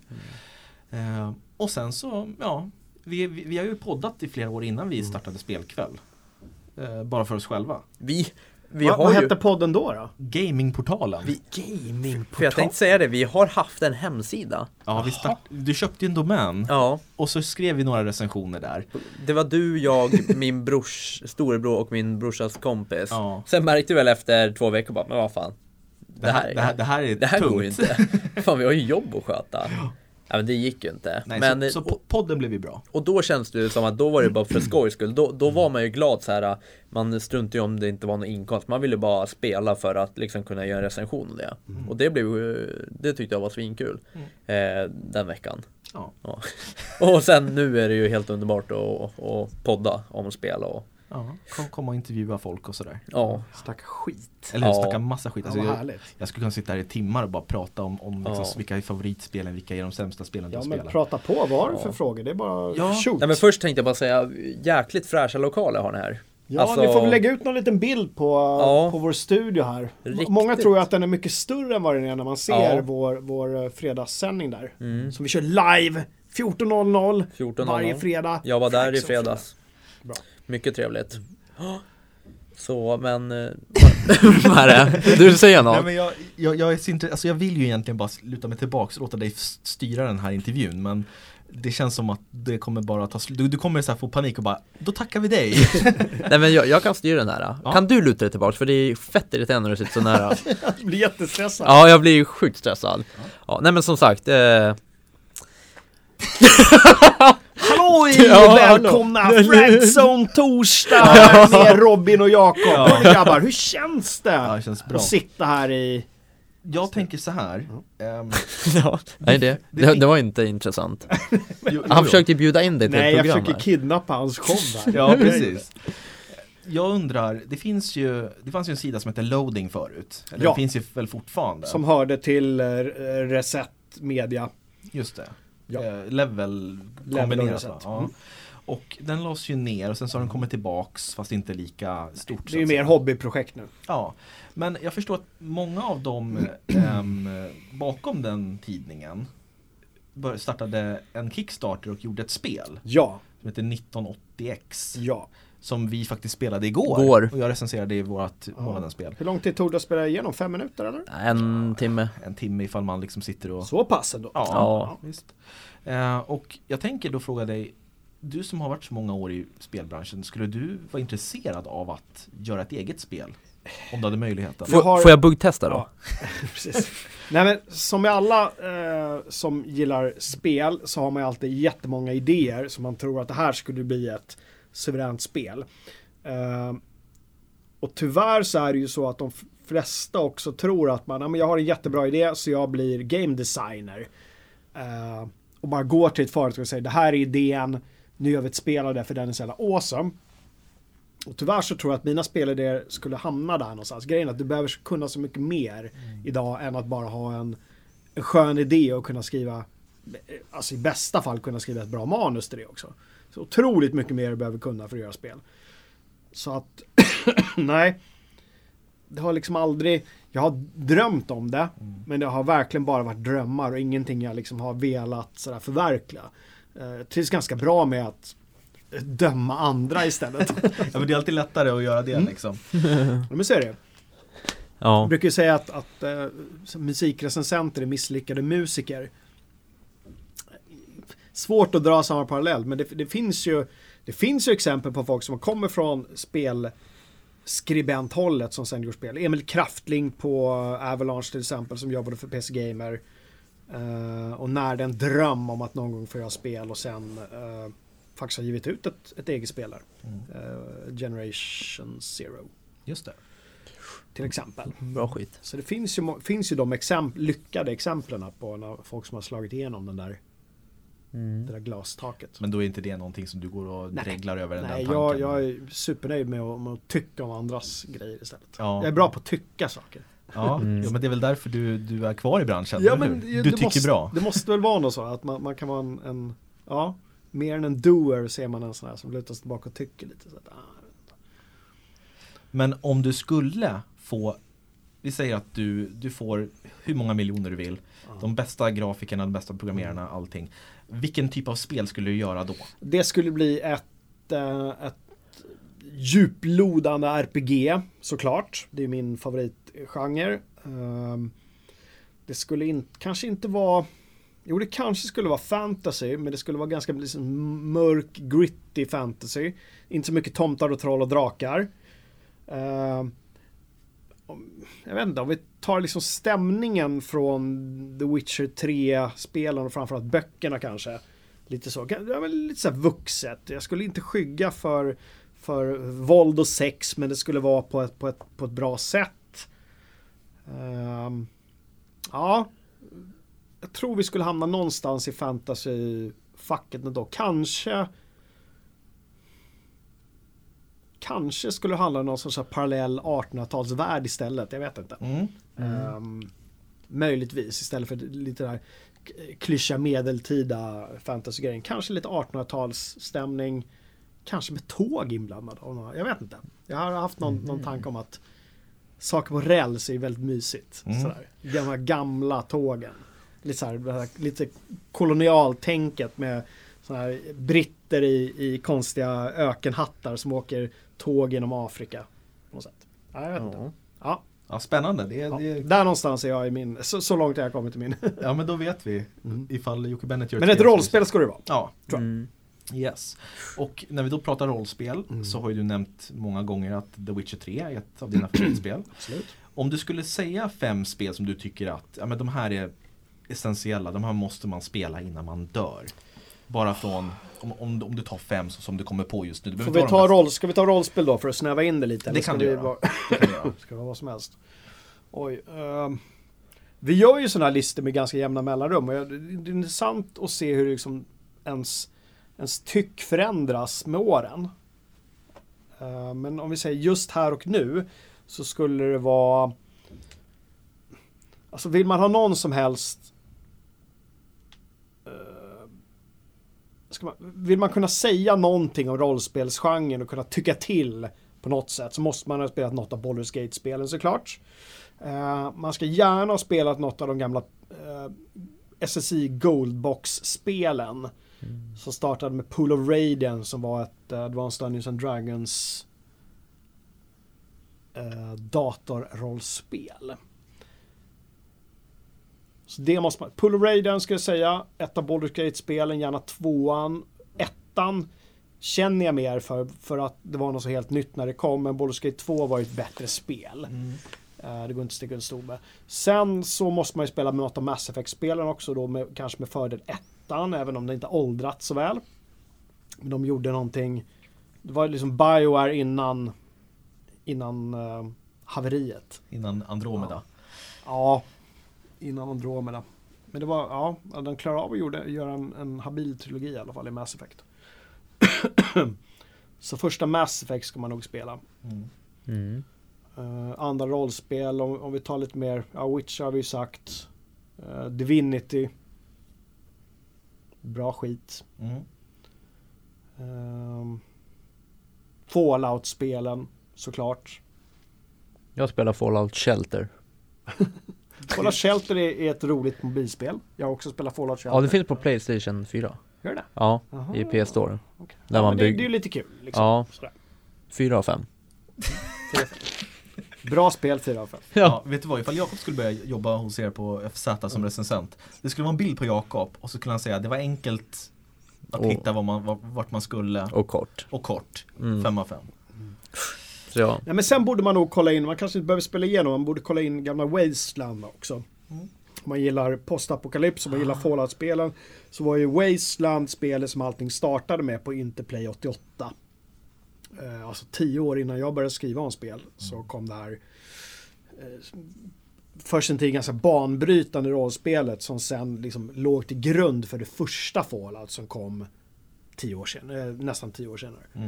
Mm. Eh, och sen så, ja, vi, vi, vi har ju poddat i flera år innan vi mm. startade Spelkväll. Eh, bara för oss själva. Vi, vi Va, har vad ju... hette podden då då? Gamingportalen. Vi... Gamingportalen. För jag tänkte säga det, vi har haft en hemsida. Ja, vi start... du köpte ju en domän. Ja. Och så skrev vi några recensioner där. Det var du, jag, min brors storebror och min brorsas kompis. Ja. Sen märkte vi väl efter två veckor bara, men vad fan. Det här, det här, det här är Det här tungt. går ju inte. Fan, vi har ju jobb att sköta. Ja, men det gick ju inte. Nej, men, så, så podden blev ju bra. Och då känns det ju som att då var det bara för skojs skull. Då, då var man ju glad så här. Man struntade ju om det inte var någon inkomst. Man ville bara spela för att liksom kunna göra en recension av det. Mm. Och det blev det tyckte jag var svinkul mm. eh, den veckan. Ja. Ja. Och sen nu är det ju helt underbart att, att podda om spel och ja, kom, komma och intervjua folk och sådär. Ja. Snacka skit. Eller ja. snacka massa skit. Alltså, ja, jag, jag skulle kunna sitta här i timmar och bara prata om, om liksom, ja. vilka är favoritspelen, vilka är de sämsta spelen ja, att men spela. Prata på, vad har du ja. för frågor? Det är bara ja. shoot. Nej, men först tänkte jag bara säga, jäkligt fräscha lokaler har ni här. Ja, alltså... vi får väl lägga ut någon liten bild på, ja. på vår studio här. Riktigt. Många tror ju att den är mycket större än vad den är när man ser ja. vår, vår fredagssändning där. Mm. Som vi kör live fjorton noll noll varje fredag. Jag var där i Flex fredags. Bra. Mycket trevligt. Så, men vad är det? Du säger något. Nej, men jag, jag, jag, är så inte, alltså jag vill ju egentligen bara luta mig tillbaka och låta dig styra den här intervjun, men det känns som att det kommer bara ta slut. Du, du kommer så här få panik och bara, då tackar vi dig. Nej, men jag, jag kan styra den här. Ja. Kan du luta dig tillbaka? För det är fett irriterande när du sitter så nära. Jag blir jättestressad. Ja, jag blir sjukt stressad. Ja. Ja, nej, men som sagt. Eh... Hallå, ja, välkomna Friendzone torsdag med Robin och Jakob. Ja. Grabbar, hur känns det, ja, det känns bra. att sitta här i... Jag tänker så här. Um, ja, nej, det, det, det var inte intressant. jo, jo, Han jo. försökte bjuda in dig till nej, ett program. Nej, jag försöker kidnappa hans show där. Ja, precis. Jag undrar, det finns ju det fanns ju en sida som heter Loading förut. Eller ja. Det finns ju väl fortfarande. Som hörde till uh, Reset Media. Just det. Ja. Uh, level kombinerat. Ja. Mm. Och den lades ju ner och sen så har den kommit tillbaks fast inte lika stort. Det är ju mer hobbyprojekt nu. Ja, men jag förstår att många av dem um, bakom den tidningen startade en Kickstarter och gjorde ett spel. Ja. Som heter nitton åttio X. Ja. Som vi faktiskt spelade igår. Går. Och jag recenserade i vårt ja. månadsspel. Hur lång tid tog det att spela igenom? Fem minuter eller? En timme. En timme ifall man liksom sitter och... Så pass ändå. Ja, ja. visst. Uh, och jag tänker då fråga dig, du som har varit så många år i spelbranschen, skulle du vara intresserad av att göra ett eget spel? Om du hade möjligheten. Får, har... får jag buggtesta då? Ja, precis. Nej, men som med alla eh, som gillar spel så har man ju alltid jättemånga idéer som man tror att det här skulle bli ett suveränt spel. Uh, Och tyvärr så är det ju så att de flesta också tror att man, ja, men jag har en jättebra idé så jag blir game designer. Uh, och bara går till ett företag och säger det här är idén, nu gör vi ett spel av det för den är så jävla awesome. Och tyvärr så tror jag att mina spelidéer skulle hamna där någonstans. Grejen är att du behöver kunna så mycket mer mm. idag än att bara ha en, en skön idé och kunna skriva, alltså i bästa fall kunna skriva ett bra manus till det också. Så otroligt mycket mer du behöver kunna för att göra spel. Så att, nej, det har liksom aldrig, jag har drömt om det, mm. men det har verkligen bara varit drömmar och ingenting jag liksom har velat sådär förverkliga. Jag trivs ganska bra med att döma andra istället. Ja, men det är alltid lättare att göra det mm. liksom. Ja, men så är det. Ja. Jag brukar ju säga att, att uh, musikrecensenter är misslyckade musiker. Svårt att dra samma parallell, men det, det finns ju det finns ju exempel på folk som kommer från spelskribent-hållet som sen gjort spel. Emil Kraftling på Avalanche till exempel som jobbade för P C Gamer. Uh, och när den dröm om att någon gång få göra spel och sen uh, faktiskt har givit ut ett, ett eget spel där. Mm. Uh, Generation Zero. Just det. Till exempel. Bra skit. Så det finns ju, finns ju de exempl- lyckade exemplen på när folk som har slagit igenom den där, mm. det där glastaket. Men då är inte det någonting som du går och nej. dreglar över den Nej, där tanken? Jag, jag är supernöjd med att, med att tycka om andras grejer istället. Ja. Jag är bra på att tycka saker. Ja, mm. ja, men det är väl därför du, du är kvar i branschen. Ja, men, du du tycker måste, bra. Det måste väl vara något så att man, man kan vara en, en ja, mer än en doer ser man en sån här som lutar sig tillbaka och tycker lite så att, ah. Men om du skulle få, vi säger att du, du får hur många miljoner du vill, ah. de bästa grafikerna, de bästa programmerarna, mm. allting. Vilken typ av spel skulle du göra då? Det skulle bli ett, ett djuplodande R P G såklart. Det är min favoritgenre. Det skulle in, kanske inte vara, jo det kanske skulle vara fantasy, men det skulle vara ganska liksom mörk, gritty fantasy. Inte så mycket tomtar och troll och drakar. Jag vet inte, om vi tar liksom stämningen från The Witcher tre-spelen och framförallt böckerna kanske. Lite så, ja, men lite så här vuxet. Jag skulle inte skygga för för våld och sex, men det skulle vara på ett, på ett, på ett bra sätt. Um, ja, jag tror vi skulle hamna någonstans i fantasy-facket då. Kanske kanske skulle det handla om någon sorts parallell artonhundratalsvärld istället, jag vet inte. Mm. Mm. Um, möjligtvis, istället för lite där klyscha medeltida fantasy-grejen. Kanske lite artonhundratalsstämning. Kanske med tåg inblandad. Jag vet inte. Jag har haft någon, mm. någon tanke om att saker på räls är väldigt mysigt. Mm. Sådär. De här gamla tågen. Lite, sådär, lite kolonialtänket med sådana här britter i, i konstiga ökenhattar som åker tåg genom Afrika. På något sätt. Ja, jag vet inte. Mm. Ja. Ja, spännande. Det, ja. det... Där någonstans är jag i min, så, så långt jag har kommit i min. Ja, men då vet vi mm. ifall Jocke Bennett gör. Men ett rollspel ska det vara. Ja, tror jag. Mm. Yes. Och när vi då pratar rollspel mm. så har ju du nämnt många gånger att The Witcher tre är ett av dina favoritspel. Absolut. Om du skulle säga fem spel som du tycker att ja, men de här är essentiella, de här måste man spela innan man dör. Bara från, om, om, om du tar fem så, som du kommer på just nu. Du Får vi ta ta roll, ska vi ta rollspel då för att snäva in det lite? Det kan du göra. Bara... det kan du göra. Ska det vara vad som helst. Oj. Um, vi gör ju sådana här listor med ganska jämna mellanrum. Och det är intressant att se hur liksom ens ens tyck förändras med åren. Uh, men om vi säger just här och nu så skulle det vara, alltså vill man ha någon som helst uh, ska man, vill man kunna säga någonting om rollspelsgenren och kunna tycka till på något sätt så måste man ha spelat något av Baldur's Gate-spelen såklart. Uh, man ska gärna ha spelat något av de gamla uh, S S I Goldbox-spelen. Mm. Som startade med Pool of Radiance som var ett uh, Advanced Dungeons and Dragons uh, datorrollspel. Så det måste man... Pool of Radiance ska jag säga, ett av Baldur's Gate-spelen, gärna tvåan. Ettan känner jag mer för, för att det var något så helt nytt när det kom, men Baldur's Gate två var ju ett bättre spel. Mm. Uh, det går inte att sticka en stol med. Sen så måste man ju spela med något av Mass Effect-spelen också då, med, kanske med fördel ettan, även om det inte åldrat så väl. Men de gjorde någonting, det var liksom BioWare innan innan uh, haveriet. Innan Andromeda. Ja. ja, innan Andromeda. Men det var, ja, den klarade av att gjorde, göra en, en habil trilogi i alla fall i Mass Effect. Så första Mass Effect ska man nog spela. Mm. Mm. Uh, andra rollspel, om, om vi tar lite mer, ja, Witcher har vi ju sagt. Uh, Divinity. Bra skit. Mm. Um, Fallout-spelen, såklart. Jag spelar Fallout Shelter. Fallout Shelter är, är ett roligt mobilspel. Jag har också spelat Fallout Shelter. Ja, det finns på PlayStation fyra. Gör det? Ja, Aha. i P S-store. Okay. Där Ja, man det, bygg- det är ju lite kul. Liksom. Ja. Sådär. fyra av fem. Bra spel, fyra av fem. Ja. Ja, vet du vad? Ifall Jakob skulle börja jobba hos er på F Z som recensent. Det skulle vara en bild på Jakob och så skulle han säga att det var enkelt att Och- hitta var man, vart man skulle Och kort. och kort. Mm. Fem av fem. Så ja. Ja, men sen borde man nog kolla in, man kanske inte behöver spela igenom, man borde kolla in gamla Wasteland också. Mm. Om man gillar postapokalyps, om man gillar Fallout-spelen, så var ju Wasteland spelet som allting startade med på Interplay åttioåtta. Eh, alltså tio år innan jag började skriva om spel så kom det här eh, först en tid ganska banbrytande rollspelet som sen liksom låg till grund för det första Fallout som kom tio år senare, eh, nästan tio år senare. Mm.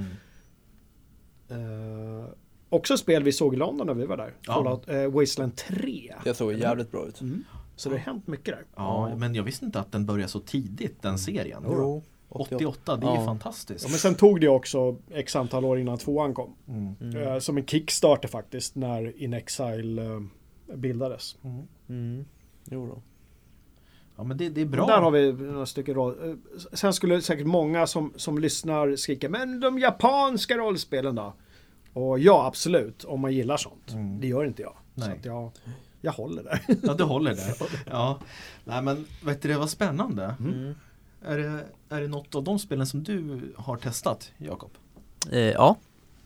Uh, också spel vi såg i London när vi var där. Ja. Fallout, uh, Wasteland tre. Det såg jävligt bra ut. Mm. Så det har hänt mycket där. Ja, men jag visste inte att den började så tidigt, den serien. Jo, åttioåtta, det är ju Ja. fantastiskt. Ja, men sen tog det också x antal år innan tvåan kom. Mm. Mm. Uh, som en Kickstarter faktiskt när In Exile uh, bildades. Mm. Mm. Jo då. Ja, men det, det är bra. Och där har vi några stycken roll. Uh, sen skulle säkert många som, som lyssnar skrika, men de japanska rollspelen då? Och ja, absolut, om man gillar sånt. Mm. Det gör inte jag. Nej. Så att jag, jag håller där. Ja, du håller där. Ja. Nej, men vet du, det var spännande. Mm. Är det, är det något av de spelen som du har testat, Jakob? Eh, ja.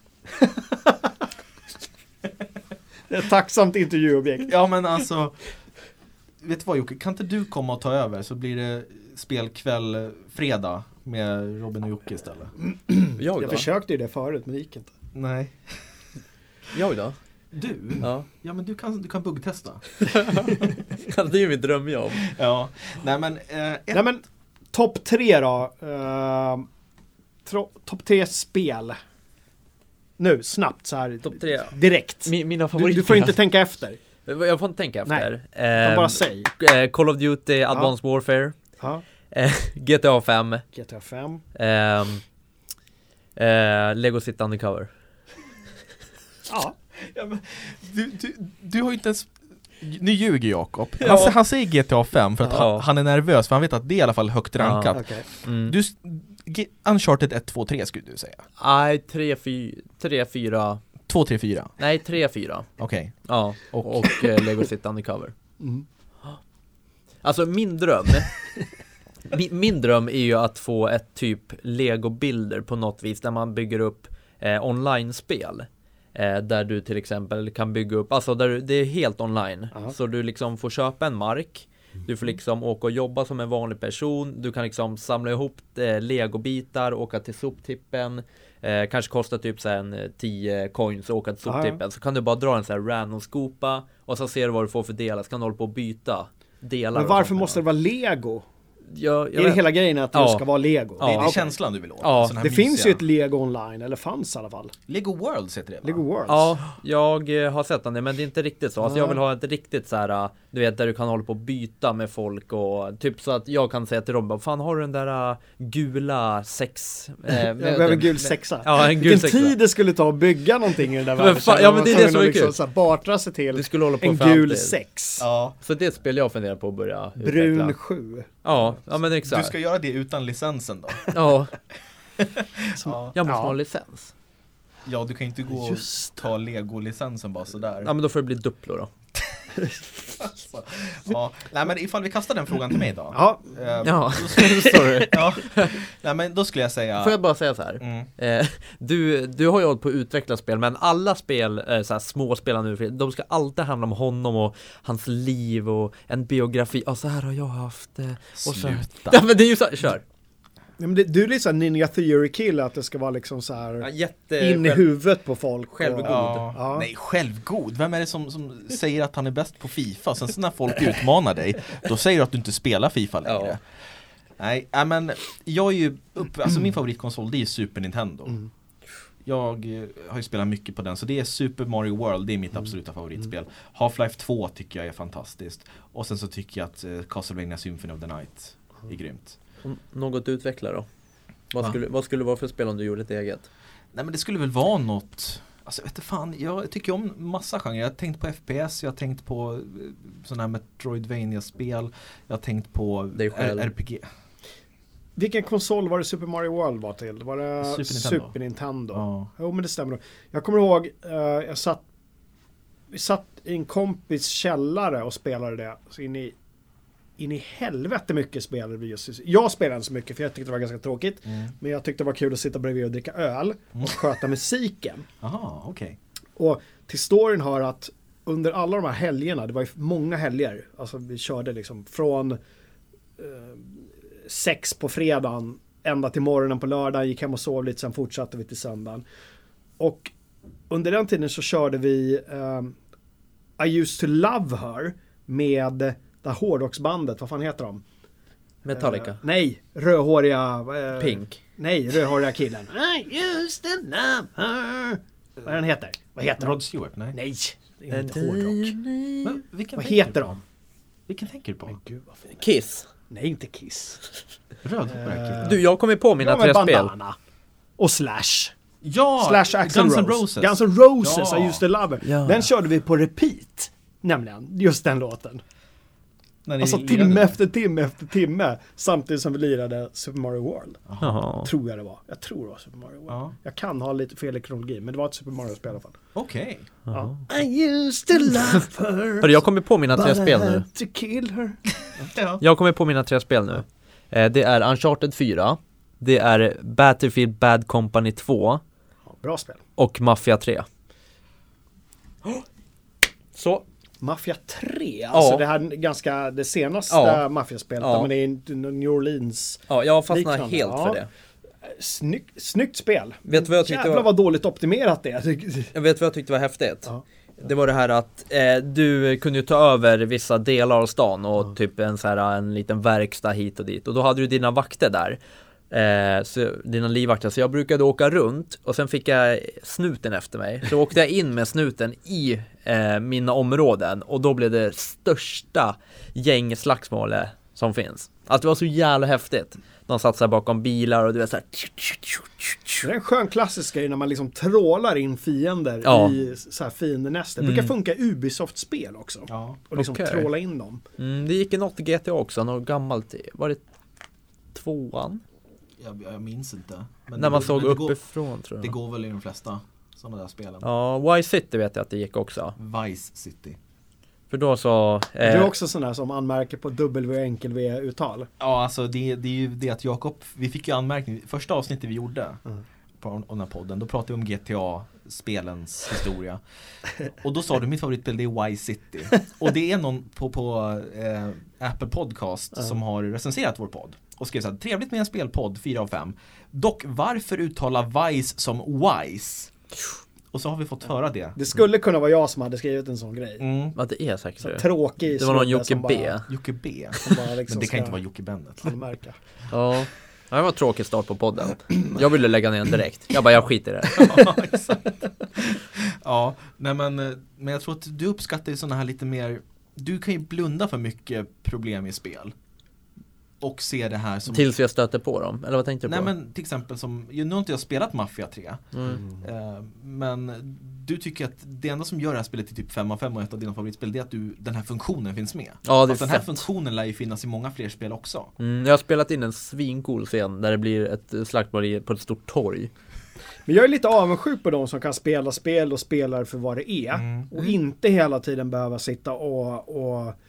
Det är ett tacksamt intervjuobjekt. Ja, men alltså, vet du vad Jocke, kan inte du komma och ta över så blir det spelkväll fredag med Robin och Jocke istället? Jag Jag då? försökte ju det förut, men det gick inte. Nej. Jag då? Du? Ja. Ja, men du kan, du kan buggtesta. Det är ju mitt drömjobb. Ja. Nej, men eh, ett, Nej men, topp tre då. Uh, tro, topp tre spel. Nu, snabbt så här. Topp tre. Direkt. Mi- mina Du, favoriter. du får inte tänka efter. Jag får inte tänka efter. Utan Eh, bara säg. eh, Call of Duty, Advanced Warfare, Ja. eh, G T A fem, G T A fem. ehm, eh, Lego City Undercover. Ja. ja, men, du, du, du har ju inte ens... Nu ljuger Jakob. Han, Ja. han säger G T A fem för att Ja. han, han är nervös för han vet att det är i alla fall högt Ja. rankat. Okej. Mm. Du, G- Uncharted ett, två, tre skulle du säga. Nej, tre, fy, tre, fyra. två, tre, fyra. Nej, tre, fyra. Okej. Ja, och, och eh, Lego City Undercover. Mm. Alltså min dröm min, min dröm är ju att få ett typ Lego-bilder på något vis där man bygger upp eh, online-spel. Eh, där du till exempel kan bygga upp, alltså där du, det är helt online. Ja. Så du liksom får köpa en mark. Du får liksom åka och jobba som en vanlig person. Du kan liksom samla ihop eh, Lego-bitar, åka till soptippen. Eh, kanske kostar typ så här en eh, tio coins och åka till Ja, ja. soptippen. Så kan du bara dra en så här random skopa och så ser du vad du får för delar. Så kan du hålla på och byta delar. Men och varför sånt. måste det vara Lego? Jag, jag Är det vet- hela grejen att det Ja. ska vara Lego? Ja. Det är det okej. känslan du vill åt. Ja, Sån här Det finns mysiga. ju ett Lego online, eller fanns i alla fall. Lego Worlds heter det, va? Lego Worlds. Ja, jag eh, har sett den, men det är inte riktigt så. Alltså Ja. jag vill ha ett riktigt så här, äh, du vet, där du kan hålla på och byta med folk och typ så att jag kan säga till Robin, fan har du den där äh, gula sex... Eh, Jag behöver en gul sexa. Ja, en gul Vilken sexa. tid det skulle ta att bygga någonting i den där Men världen. fan, ja, men det är det Man som är liksom kul. så här bartra sig till Du skulle hålla på en för gul alltid. sex. Ja. Så det är ett spel jag funderar på att börja Brun utveckla. sju. Ja, ja men Du exakt. ska göra det utan licensen då? Ja, Ja. jag måste Ja. ha licens. Ja, du kan ju inte gå och Just ta Lego-licensen bara sådär. Ja, men då får det bli Duplo då. Alltså. Ja. Nej, men ifall vi kastar den frågan till mig då. Ja, Eh, Ja, sorry. ja. Nej, men då skulle jag säga... Får jag bara säga så här? Mm. Eh, du, du har ju hållit på att utveckla spel, men alla spel, eh, så här små spel nu, de ska alltid handla om honom och hans liv och en biografi. Ja, så här har jag haft eh, och så här. Sluta. Ja, men det är ju så här, kör. men det, du är lite såhär Ninja Theory-kille, att det ska vara liksom så här Ja, jätte... in i själv- huvudet på folk. Självgod. Och, Ja. Ja. Nej, självgod. Vem är det som, som säger att han är bäst på FIFA? Sen så när folk utmanar dig, då säger du att du inte spelar FIFA längre. Ja. Nej, äh, men jag är ju upp, alltså min favoritkonsol, det är Super Nintendo. Mm. Jag eh, har ju spelat mycket på den, så det är Super Mario World, det är mitt absoluta favoritspel. Half-Life två tycker jag är fantastiskt. Och sen så tycker jag att eh, Castlevania Symphony of the Night är grymt. Om något utveckla då? Vad Va? skulle, vad skulle vara för spel om du gjorde ett eget? Nej, men det skulle väl vara något. Alltså jag vet inte fan, jag tycker om massa genrer. Jag har tänkt på F P S, jag har tänkt på eh, sådana här Metroidvania-spel. Jag har tänkt på Dig själv. R- RPG. Vilken konsol var det Super Mario World var till? Var det Super Super Nintendo. Nintendo? Ja. Jo, men det stämmer nog. Jag kommer ihåg, uh, jag satt vi satt i en kompis källare och spelade det. Så in i, in i helvete mycket spelade vi just. Jag spelade inte så mycket för jag tyckte det var ganska tråkigt. Mm. Men jag tyckte det var kul att sitta bredvid och dricka öl och sköta musiken. Aha, okej. Och till storyn hör att under alla de här helgerna, det var ju många helger, alltså vi körde liksom från eh, sex på fredagen ända till morgonen på lördagen, gick hem och sov lite, sen fortsatte vi till söndagen. Och under den tiden så körde vi eh, I used to love her med det här hårdrocksbandet, vad fan heter de? Metallica? Eh, nej, rödhåriga... Eh, Pink? Nej, rödhåriga killen. I used to love her. Vad den heter? Vad heter de? Rod Stewart, nej. Nej, det är inte hårdrock. Men, vilken Vad tänker heter du på? de? Vilken tänker du på? Men gud vad fint. Kiss? Nej, inte Kiss. Rödhåriga killen. Du, jag kommer på mina Ja, men tre spel. Bandana. Och Slash. Ja! Slash Axl Guns N' Rose. Roses. Guns N' Roses, Ja. I used to love her. Ja. Den körde vi på repeat. Nämligen, just den låten. När ni Alltså lirade. timme efter timme efter timme. Samtidigt som vi lirade Super Mario World. Jaha. Tror jag det var. Jag tror det var Super Mario World. Ja. Jag kan ha lite fel i kronologi, men det var ett Super Mario-spel i alla fall. Okej. Ja. I used to love her. Hörru, jag kommer på mina tre but I spel nu. had to kill her. Ja. Jag kommer på mina tre spel nu. Eh, Det är Uncharted fyra. Det är Battlefield Bad Company två. Ja, bra spel. Och Mafia tre. Så. Mafia tre, alltså Ja. det här ganska, det senaste Ja. Mafia-spelet, Ja. men det är New Orleans. Ja, jag fastnar Liknande, helt ja. för det. Snyggt, snyggt spel. Vet du vad jag tyckte Jävlar var- vad dåligt optimerat det är. Jag vet vad jag tyckte var häftigt. Ja. Det var det här att eh, du kunde ju ta över vissa delar av stan och Ja. typ en, så här, en liten verkstad hit och dit. Och då hade du dina vakter där. Eh, så, dina livvakter. Så jag brukade åka runt och sen fick jag snuten efter mig. Så åkte jag in med snuten i eh, mina områden och då blev det största gängslagsmålet som finns. Alltså det var så jävla häftigt. De satt så här bakom bilar och du vet så här. Det är en skön klassisk grej när man liksom trålar in fiender Ja. i så här fiendnäster. Det brukar Mm. funka i Ubisoft-spel också. Ja. Och liksom Okej. tråla in dem. Mm, det gick i något G T A också, något gammalt. Var det tvåan? Jag, jag minns inte. Men När det man går- såg men det går, uppifrån tror jag. det går väl i de flesta sådana där spelen. Ja, Vice City vet jag att det gick också. Vice City. För då så... Du är Eh, också sån här som anmärker på W och enkel V-uttal. Ja, alltså det, det är ju det att Jakob, vi fick ju anmärkning, första avsnittet vi gjorde Mm. på den här podden, då pratade vi om G T A-spelens historia. Och då sa du, mitt favoritspel det är Vice City. Och det är någon på, på eh, Apple Podcast Mm. som har recenserat vår podd. Och skrev så här, trevligt med en spelpodd, fyra av fem. Dock, varför uttala Vice som Wise? Och så har vi fått höra det. Det skulle kunna vara jag som hade skrivit en sån grej. Mm. vad det är säkert Så det. tråkig Det var någon snubbe Jocke som B. bara- Jocke B. som bara liksom Men det kan ska inte vara Jocke Bennet. anmärka. Ja. Ja, det var en tråkig start på podden. Jag ville lägga ner den direkt. Jag bara, jag skiter i det. Ja, exakt. Ja, nej men, eh, men jag tror att du uppskattar ju sådana här lite mer, du kan ju blunda för mycket problem i spel och se det här som Tills jag stöter på dem. Eller vad tänkte du nej på? men till exempel som, ju, nu har inte jag spelat Mafia tre, Mm. eh, men du tycker att det enda som gör det här spelet till typ fem av fem och ett av dina favoritspel, det är att du, den här funktionen finns med. Ja, det är Fast den här fett. funktionen lär ju finnas i många fler spel också. Mm, jag har spelat in en svincool scen där det blir ett slagsmål i- på ett stort torg. Men jag är lite avundsjuk på de som kan spela spel och spelar för vad det är. Mm. Och inte hela tiden behöva sitta och, och eh,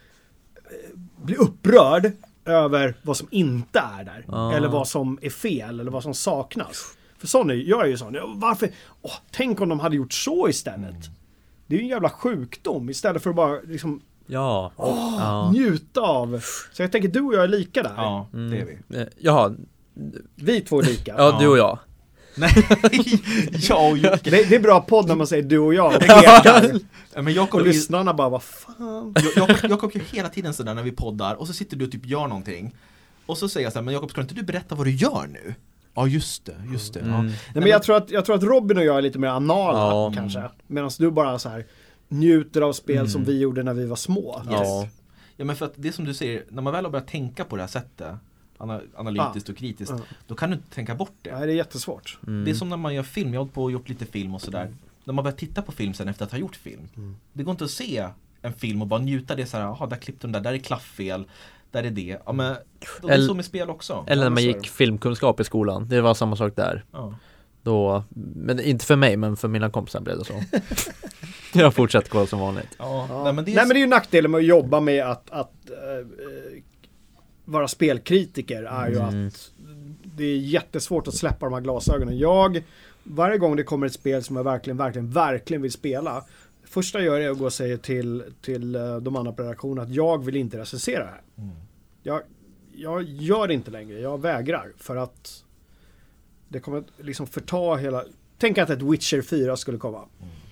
bli upprörd över vad som inte är där. Ah. Eller vad som är fel eller vad som saknas. För sån är, jag är ju sån. Ja, varför? Åh, tänk om de hade gjort så istället. Det är ju en jävla sjukdom istället för att bara liksom, Ja. åh, Ja. njuta av. Så jag tänker du och jag är lika där. Ja, Mm. det är vi. Eh, Jaha, Vi två är lika. Ja, du och jag. Nej, jag och Jocke. Det, det är bra podd när man säger du och jag. Det ekar. Ja, men Och Jakob, lyssnarna bara, vad fan? Jakob, Jakob gör hela tiden sådär när vi poddar och så sitter du och typ gör någonting. Och så säger jag såhär, men Jakob, ska inte du berätta vad du gör nu? Ja, just det, just det. Mm. Ja. Nej, Nej, men jag tror, att, jag tror att Robin och jag är lite mer anala Ja. kanske. Medan du bara så här njuter av spel Mm. som vi gjorde när vi var små. Ja. Ja, men för att det som du säger, när man väl har börjat tänka på det här sättet, ana- analytiskt och kritiskt, Ja. då kan du inte tänka bort det. Nej, det är jättesvårt. Mm. Det är som när man gör film, jag har hållit på och gjort lite film och sådär. När man börjar titta på film sen efter att ha gjort film. Mm. Det går inte att se en film och bara njuta det så här, jaha, där klippte de där, där är klafffel, där är det. Ja, men då är det Eller- så med spel också. Eller när man så är det. gick filmkunskap i skolan. Det var samma sak där. Ja. Då, men inte för mig, men för mina kompisar blev det så. Jag fortsätter kolla som vanligt. Ja. Ja. Nej, men det är, Nej, men det är ju nackdelen med att jobba med att, att äh, äh, vara spelkritiker är ju Mm. att det är jättesvårt att släppa de här glasögonen. Jag, varje gång det kommer ett spel som jag verkligen, verkligen, verkligen vill spela, första jag gör är att gå och säga till, till äh, de andra på redaktionen att jag vill inte recensera det här. Mm. Jag, jag gör det inte längre, jag vägrar för att det kommer liksom förta hela... Tänk att ett Witcher fyra skulle komma.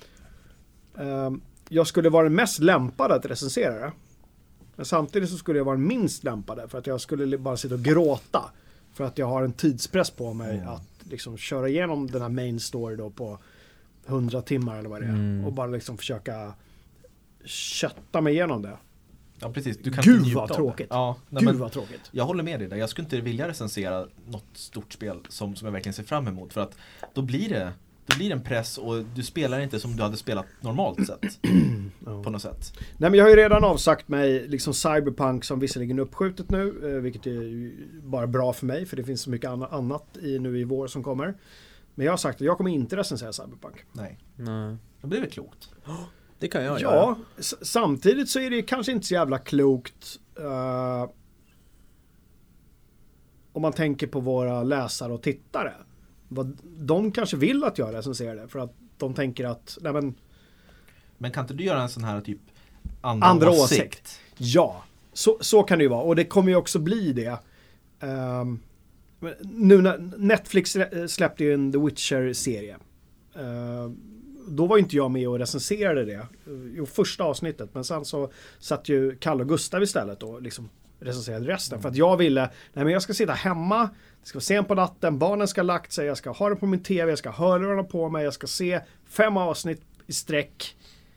Um, jag skulle vara den mest lämpade att recensera det. Men samtidigt så skulle jag vara den minst lämpade för att jag skulle bara sitta och gråta. För att jag har en tidspress på mig Mm. att liksom köra igenom den här main story då på hundra timmar eller vad det är. Mm. Och bara liksom försöka kötta mig igenom det. ja, precis. Du kan Gud, inte njuta vad av tråkigt. det. Ja, nej, Gud men vad tråkigt. jag håller med dig där. Jag skulle inte vilja recensera något stort spel som, som jag verkligen ser fram emot. För att då blir det då blir det en press och du spelar inte som du hade spelat normalt sett. Ja. På något sätt. Nej, men jag har ju redan avsagt mig liksom Cyberpunk som visserligen är uppskjutet nu, eh, vilket är ju bara bra för mig för det finns så mycket anna- annat i, nu i vår som kommer. Men jag har sagt att jag kommer inte recensera Cyberpunk. Nej. Nej. Det blir väl klokt. Det kan jag Ja, göra. s- samtidigt så är det kanske inte så jävla klokt eh, om man tänker på våra läsare och tittare. Vad, de kanske vill att jag recenserar det för att de tänker att nej men, Men kan inte du göra en sån här typ andra, Andra åsikt? åsikt. Ja, så, så kan det ju vara. Och det kommer ju också bli det. Ehm, men nu när Netflix slä- släppte ju en The Witcher-serie. Ehm, då var inte jag med och recenserade det. Jo, första avsnittet. Men sen så satt ju Kalle och Gustav istället och liksom recenserade resten. Mm. För att jag ville, nej men jag ska sitta hemma. Det ska vara sent på natten. Barnen ska ha lagt sig. Jag ska ha det på min tv. Jag ska ha hörlurarna på mig. Jag ska se fem avsnitt i sträck.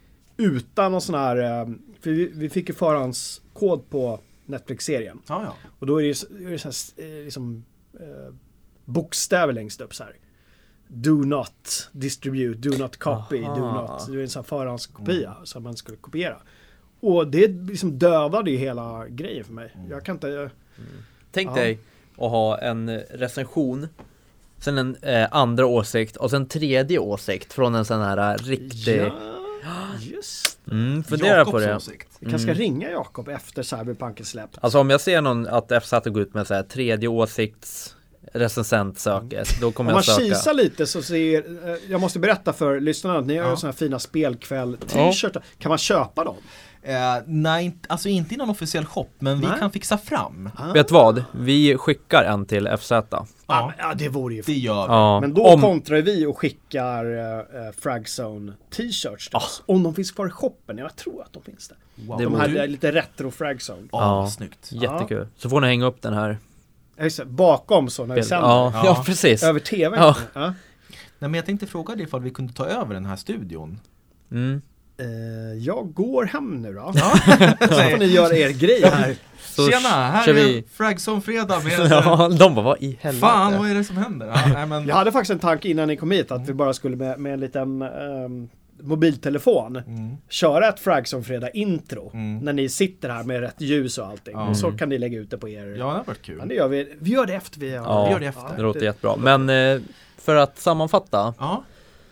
Utan någon sån här, eh, för vi, vi fick ju förhandskod på Netflix-serien. Ja, ja. Och då är det, ju så- är det så här, eh, liksom, eh, bokstäver längst upp så här. Do not distribute, do not copy, Aha. do not. Det är en sån här förhandskopia som man skulle kopiera. Och det liksom dödade ju hela grejen för mig. Jag kan inte... Tänk Ja. dig att ha en recension, sen en eh, andra åsikt och sen tredje åsikt från en sån här riktig... Ja, just. Mm, fundera på Jakobs det. åsikt. Jag kanske ska Mm. ringa Jakob efter Cyberpunk är släppt. Alltså om jag ser någon att F Z går ut med så här tredje åsikts recensent söker, då kommer Om man jag söka. kisar lite så ser, eh, jag måste berätta för lyssnarna att ni har ju Ja. såna här fina spelkväll t-shirtar. Kan man köpa dem? Eh, nej, inte- alltså inte i någon officiell shop, men vi Nej. kan fixa fram. Ah. Vet vad? Vi skickar en till F Z. Ja, men- ja, det vore ju... Det gör vi. Ja. Men då om, kontrar vi och skickar uh, Fragzone t-shirts till oss. Om de finns kvar i shoppen, jag tror att de finns där. Wow. Det De vore- här är lite retro Fragzone. Ja, Ja. vad snyggt. jättekul. Så får ni hänga upp den här. Ja, just det, bakom så när vi sänder. Ja, Ja. ja, precis. Över tvn. Ja. Ja. Nej, men jag tänkte fråga dig ifall vi kunde ta över den här studion. Mm. Eh, jag går hem nu då. Ja. Så får ni göra er grej här. Så Tjena, här kör är vi. Fragzone fredag med... Ja, de bara, vad i helvete? Fan, vad är det som händer? Ja, nej, men... Jag hade faktiskt en tanke innan ni kom hit att vi bara skulle med, med en liten ehm, mobiltelefon Mm. köra ett Fragzone fredag intro. Mm. När ni sitter här med rätt ljus och allting. Ja. Och så kan ni lägga ut det på er. Ja, det har varit kul. Ja, det gör vi. Vi gör det efter vi har... Ja, vi gör det efter. Det låter jättebra. Men eh, för att sammanfatta. Ja.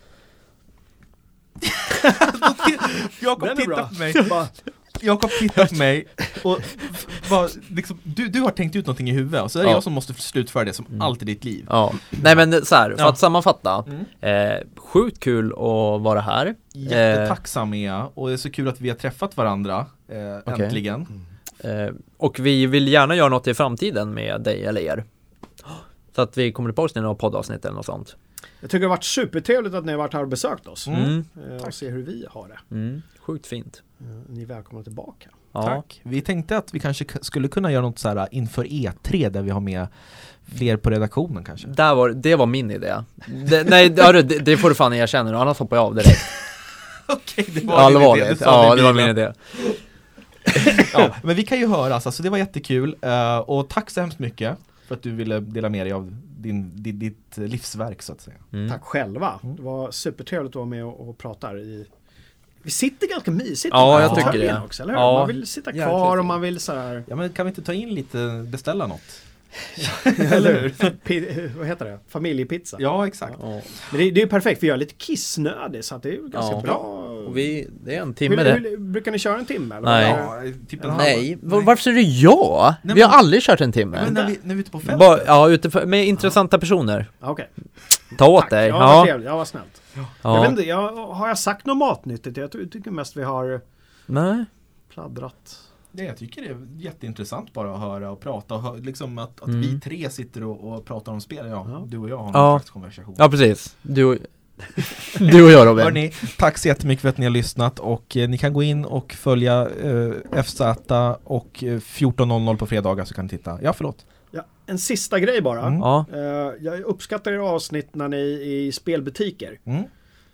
Jakob Den är tittar bra. på mig. Bara, Jakob tittar på mig och bara, liksom, du, du har tänkt ut någonting i huvudet och så är det Ja. jag som måste slutföra det som Mm. allt i ditt liv. Ja. Nej men så här, för Ja. att sammanfatta. Mm. Eh, sjukt kul att vara här. Jättetacksam är jag och det är så kul att vi har träffat varandra eh, Okej. äntligen. Eh, och vi vill gärna göra något i framtiden med dig eller er. Så att vi kommer tillbaka till några poddavsnitt eller något sånt. Jag tycker det har varit supertrevligt att ni har varit här och besökt oss. Mm. Eh, och se hur vi har det. Mm. Sjukt fint. Eh, Ni är välkomna tillbaka. Ja. Tack. Vi tänkte att vi kanske k- skulle kunna göra något så här inför E tre där vi har med fler på redaktionen kanske. Där var, det var min idé. Det, nej, hörru, det, det får du fan erkänna, annars hoppar jag av direkt. Okej, det var Allvarligt. Ja, det var min idé. Ja, men vi kan ju höras, alltså det var jättekul. Uh, och tack så hemskt mycket för att du ville dela med dig av din, din, ditt livsverk så att säga. Mm. Tack själva. Det var supertrevligt att vara med och, och prata här i... Vi sitter ganska mysigt. Ja, i jag fåtöljen tycker det. Också, eller hur? Ja. Man vill sitta Jäkligt kvar och fint. man vill så här... Ja, men kan vi inte ta in lite, beställa något? Eller hur? Pi- vad heter det? Familjepizza. Ja, exakt. Ja. Men det, det är ju perfekt, vi gör lite kissnödig så att det är ju ganska Ja. bra. Och vi, det är en timme hur, det. hur, brukar ni köra en timme? Eller? Nej. Ja, typ en halv- Nej, var, varför är det jag? Nej, vi har men- aldrig kört en timme. Men när vi, när vi är ute på fältet. Bara, ja, utifrån, med intressanta personer. Ja, okej. Ta åt Tack. dig. Ja, vad Ja. trevligt. Ja, vad snällt. Jag Ja. vet inte, jag, har jag sagt något matnyttigt? Jag ty- tycker mest vi har Nej. pladdrat. Det, jag tycker det är jätteintressant bara att höra och prata och hö- liksom att, att Mm. vi tre sitter och, och pratar om spel. Ja, Ja. du och jag har Ja. någon slags konversation. Ja, precis. Du, och- du och jag, Robin. Hörrni, tack så jättemycket för att ni har lyssnat och eh, ni kan gå in och följa eh, F Z och eh, fjorton noll noll på fredagar så kan ni titta. Ja, förlåt. Ja, en sista grej bara. Mm. Ja. Eh, jag uppskattar era avsnitt när ni är i spelbutiker. Mm.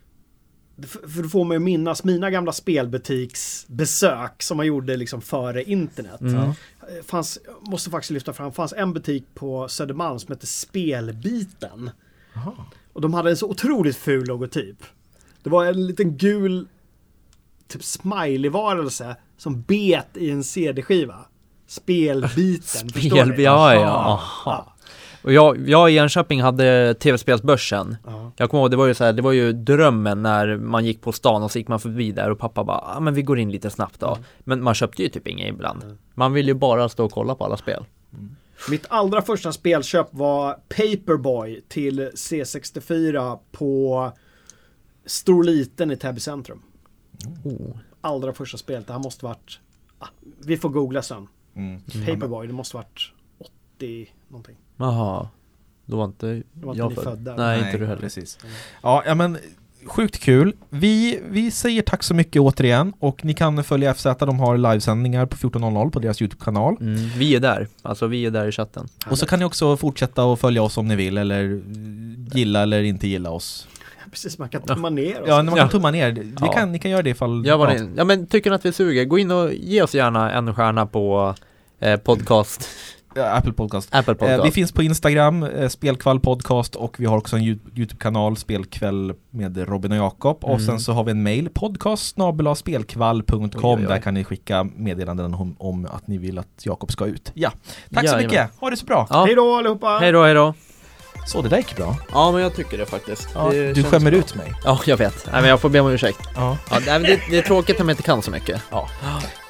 F- För då får man ju minnas mina gamla spelbutiksbesök som man gjorde liksom före internet. Mm. Ja. Eh, Fanns, jag måste faktiskt lyfta fram, fanns en butik på Södermalm som hette Spelbiten. Jaha. Och de hade en så otroligt ful logotyp. Det var en liten gul typ smiley-varelse som bet i en C D-skiva. Spelbiten, förstår Spel, ni? ja, ja. Ja. Aha. Och jag, jag i Enköping hade tv-spelsbörsen. Ja. Jag kommer ihåg, det var ju så här, det var ju drömmen när man gick på stan och så gick man förbi där och pappa bara, ah, men vi går in lite snabbt då. Mm. Men man köpte ju typ inget ibland. Mm. Man vill ju bara stå och kolla på alla spel. Mitt allra första spelköp var Paperboy till C sextiofyra på Storliten i Täby centrum. Oh. Allra första spelet, det här måste varit, ah, vi får googla sen. Mm. Paperboy, det måste varit åttio någonting. Jaha. Då var inte Då var inte jag ni född. födda. Nej, inte du heller. Precis. Ja, ja, men sjukt kul. Vi, vi säger tack så mycket återigen och ni kan följa F Z, de har livesändningar på fjorton noll noll på deras YouTube-kanal. Mm, vi är där. Alltså vi är där i chatten. Och så kan ni också fortsätta att följa oss om ni vill eller gilla eller inte gilla oss. Precis, man kan tumma ner oss. Ja, man kan Ja. tumma ner. Vi Ja. kan, ni kan göra det ifall... Jag var ja. ja men tycker ni att vi suger? Gå in och ge oss gärna en stjärna på eh, podcast. Ja, Apple Podcast. Apple Podcast. Eh, vi finns på Instagram, eh, Spelkväll Podcast, och vi har också en Yo- YouTube-kanal, Spelkväll med Robin och Jakob. Och Mm. sen så har vi en mail, podcast snabel-a spelkvall punkt com. Oj, oj, oj. Där kan ni skicka meddelanden om, om att ni vill att Jakob ska ut. Ja, tack så Jajamän. mycket. Ha det så bra. Ja. Hej då allihopa! Hej då, hej då. Så det där gick bra. Ja, men jag tycker det faktiskt. Ja, Det du känns skämmer bra. ut mig. Ja, jag vet. Nej, men jag får be om ursäkt. Ja. Ja, nej, men det, det är tråkigt när man inte kan så mycket. Ja.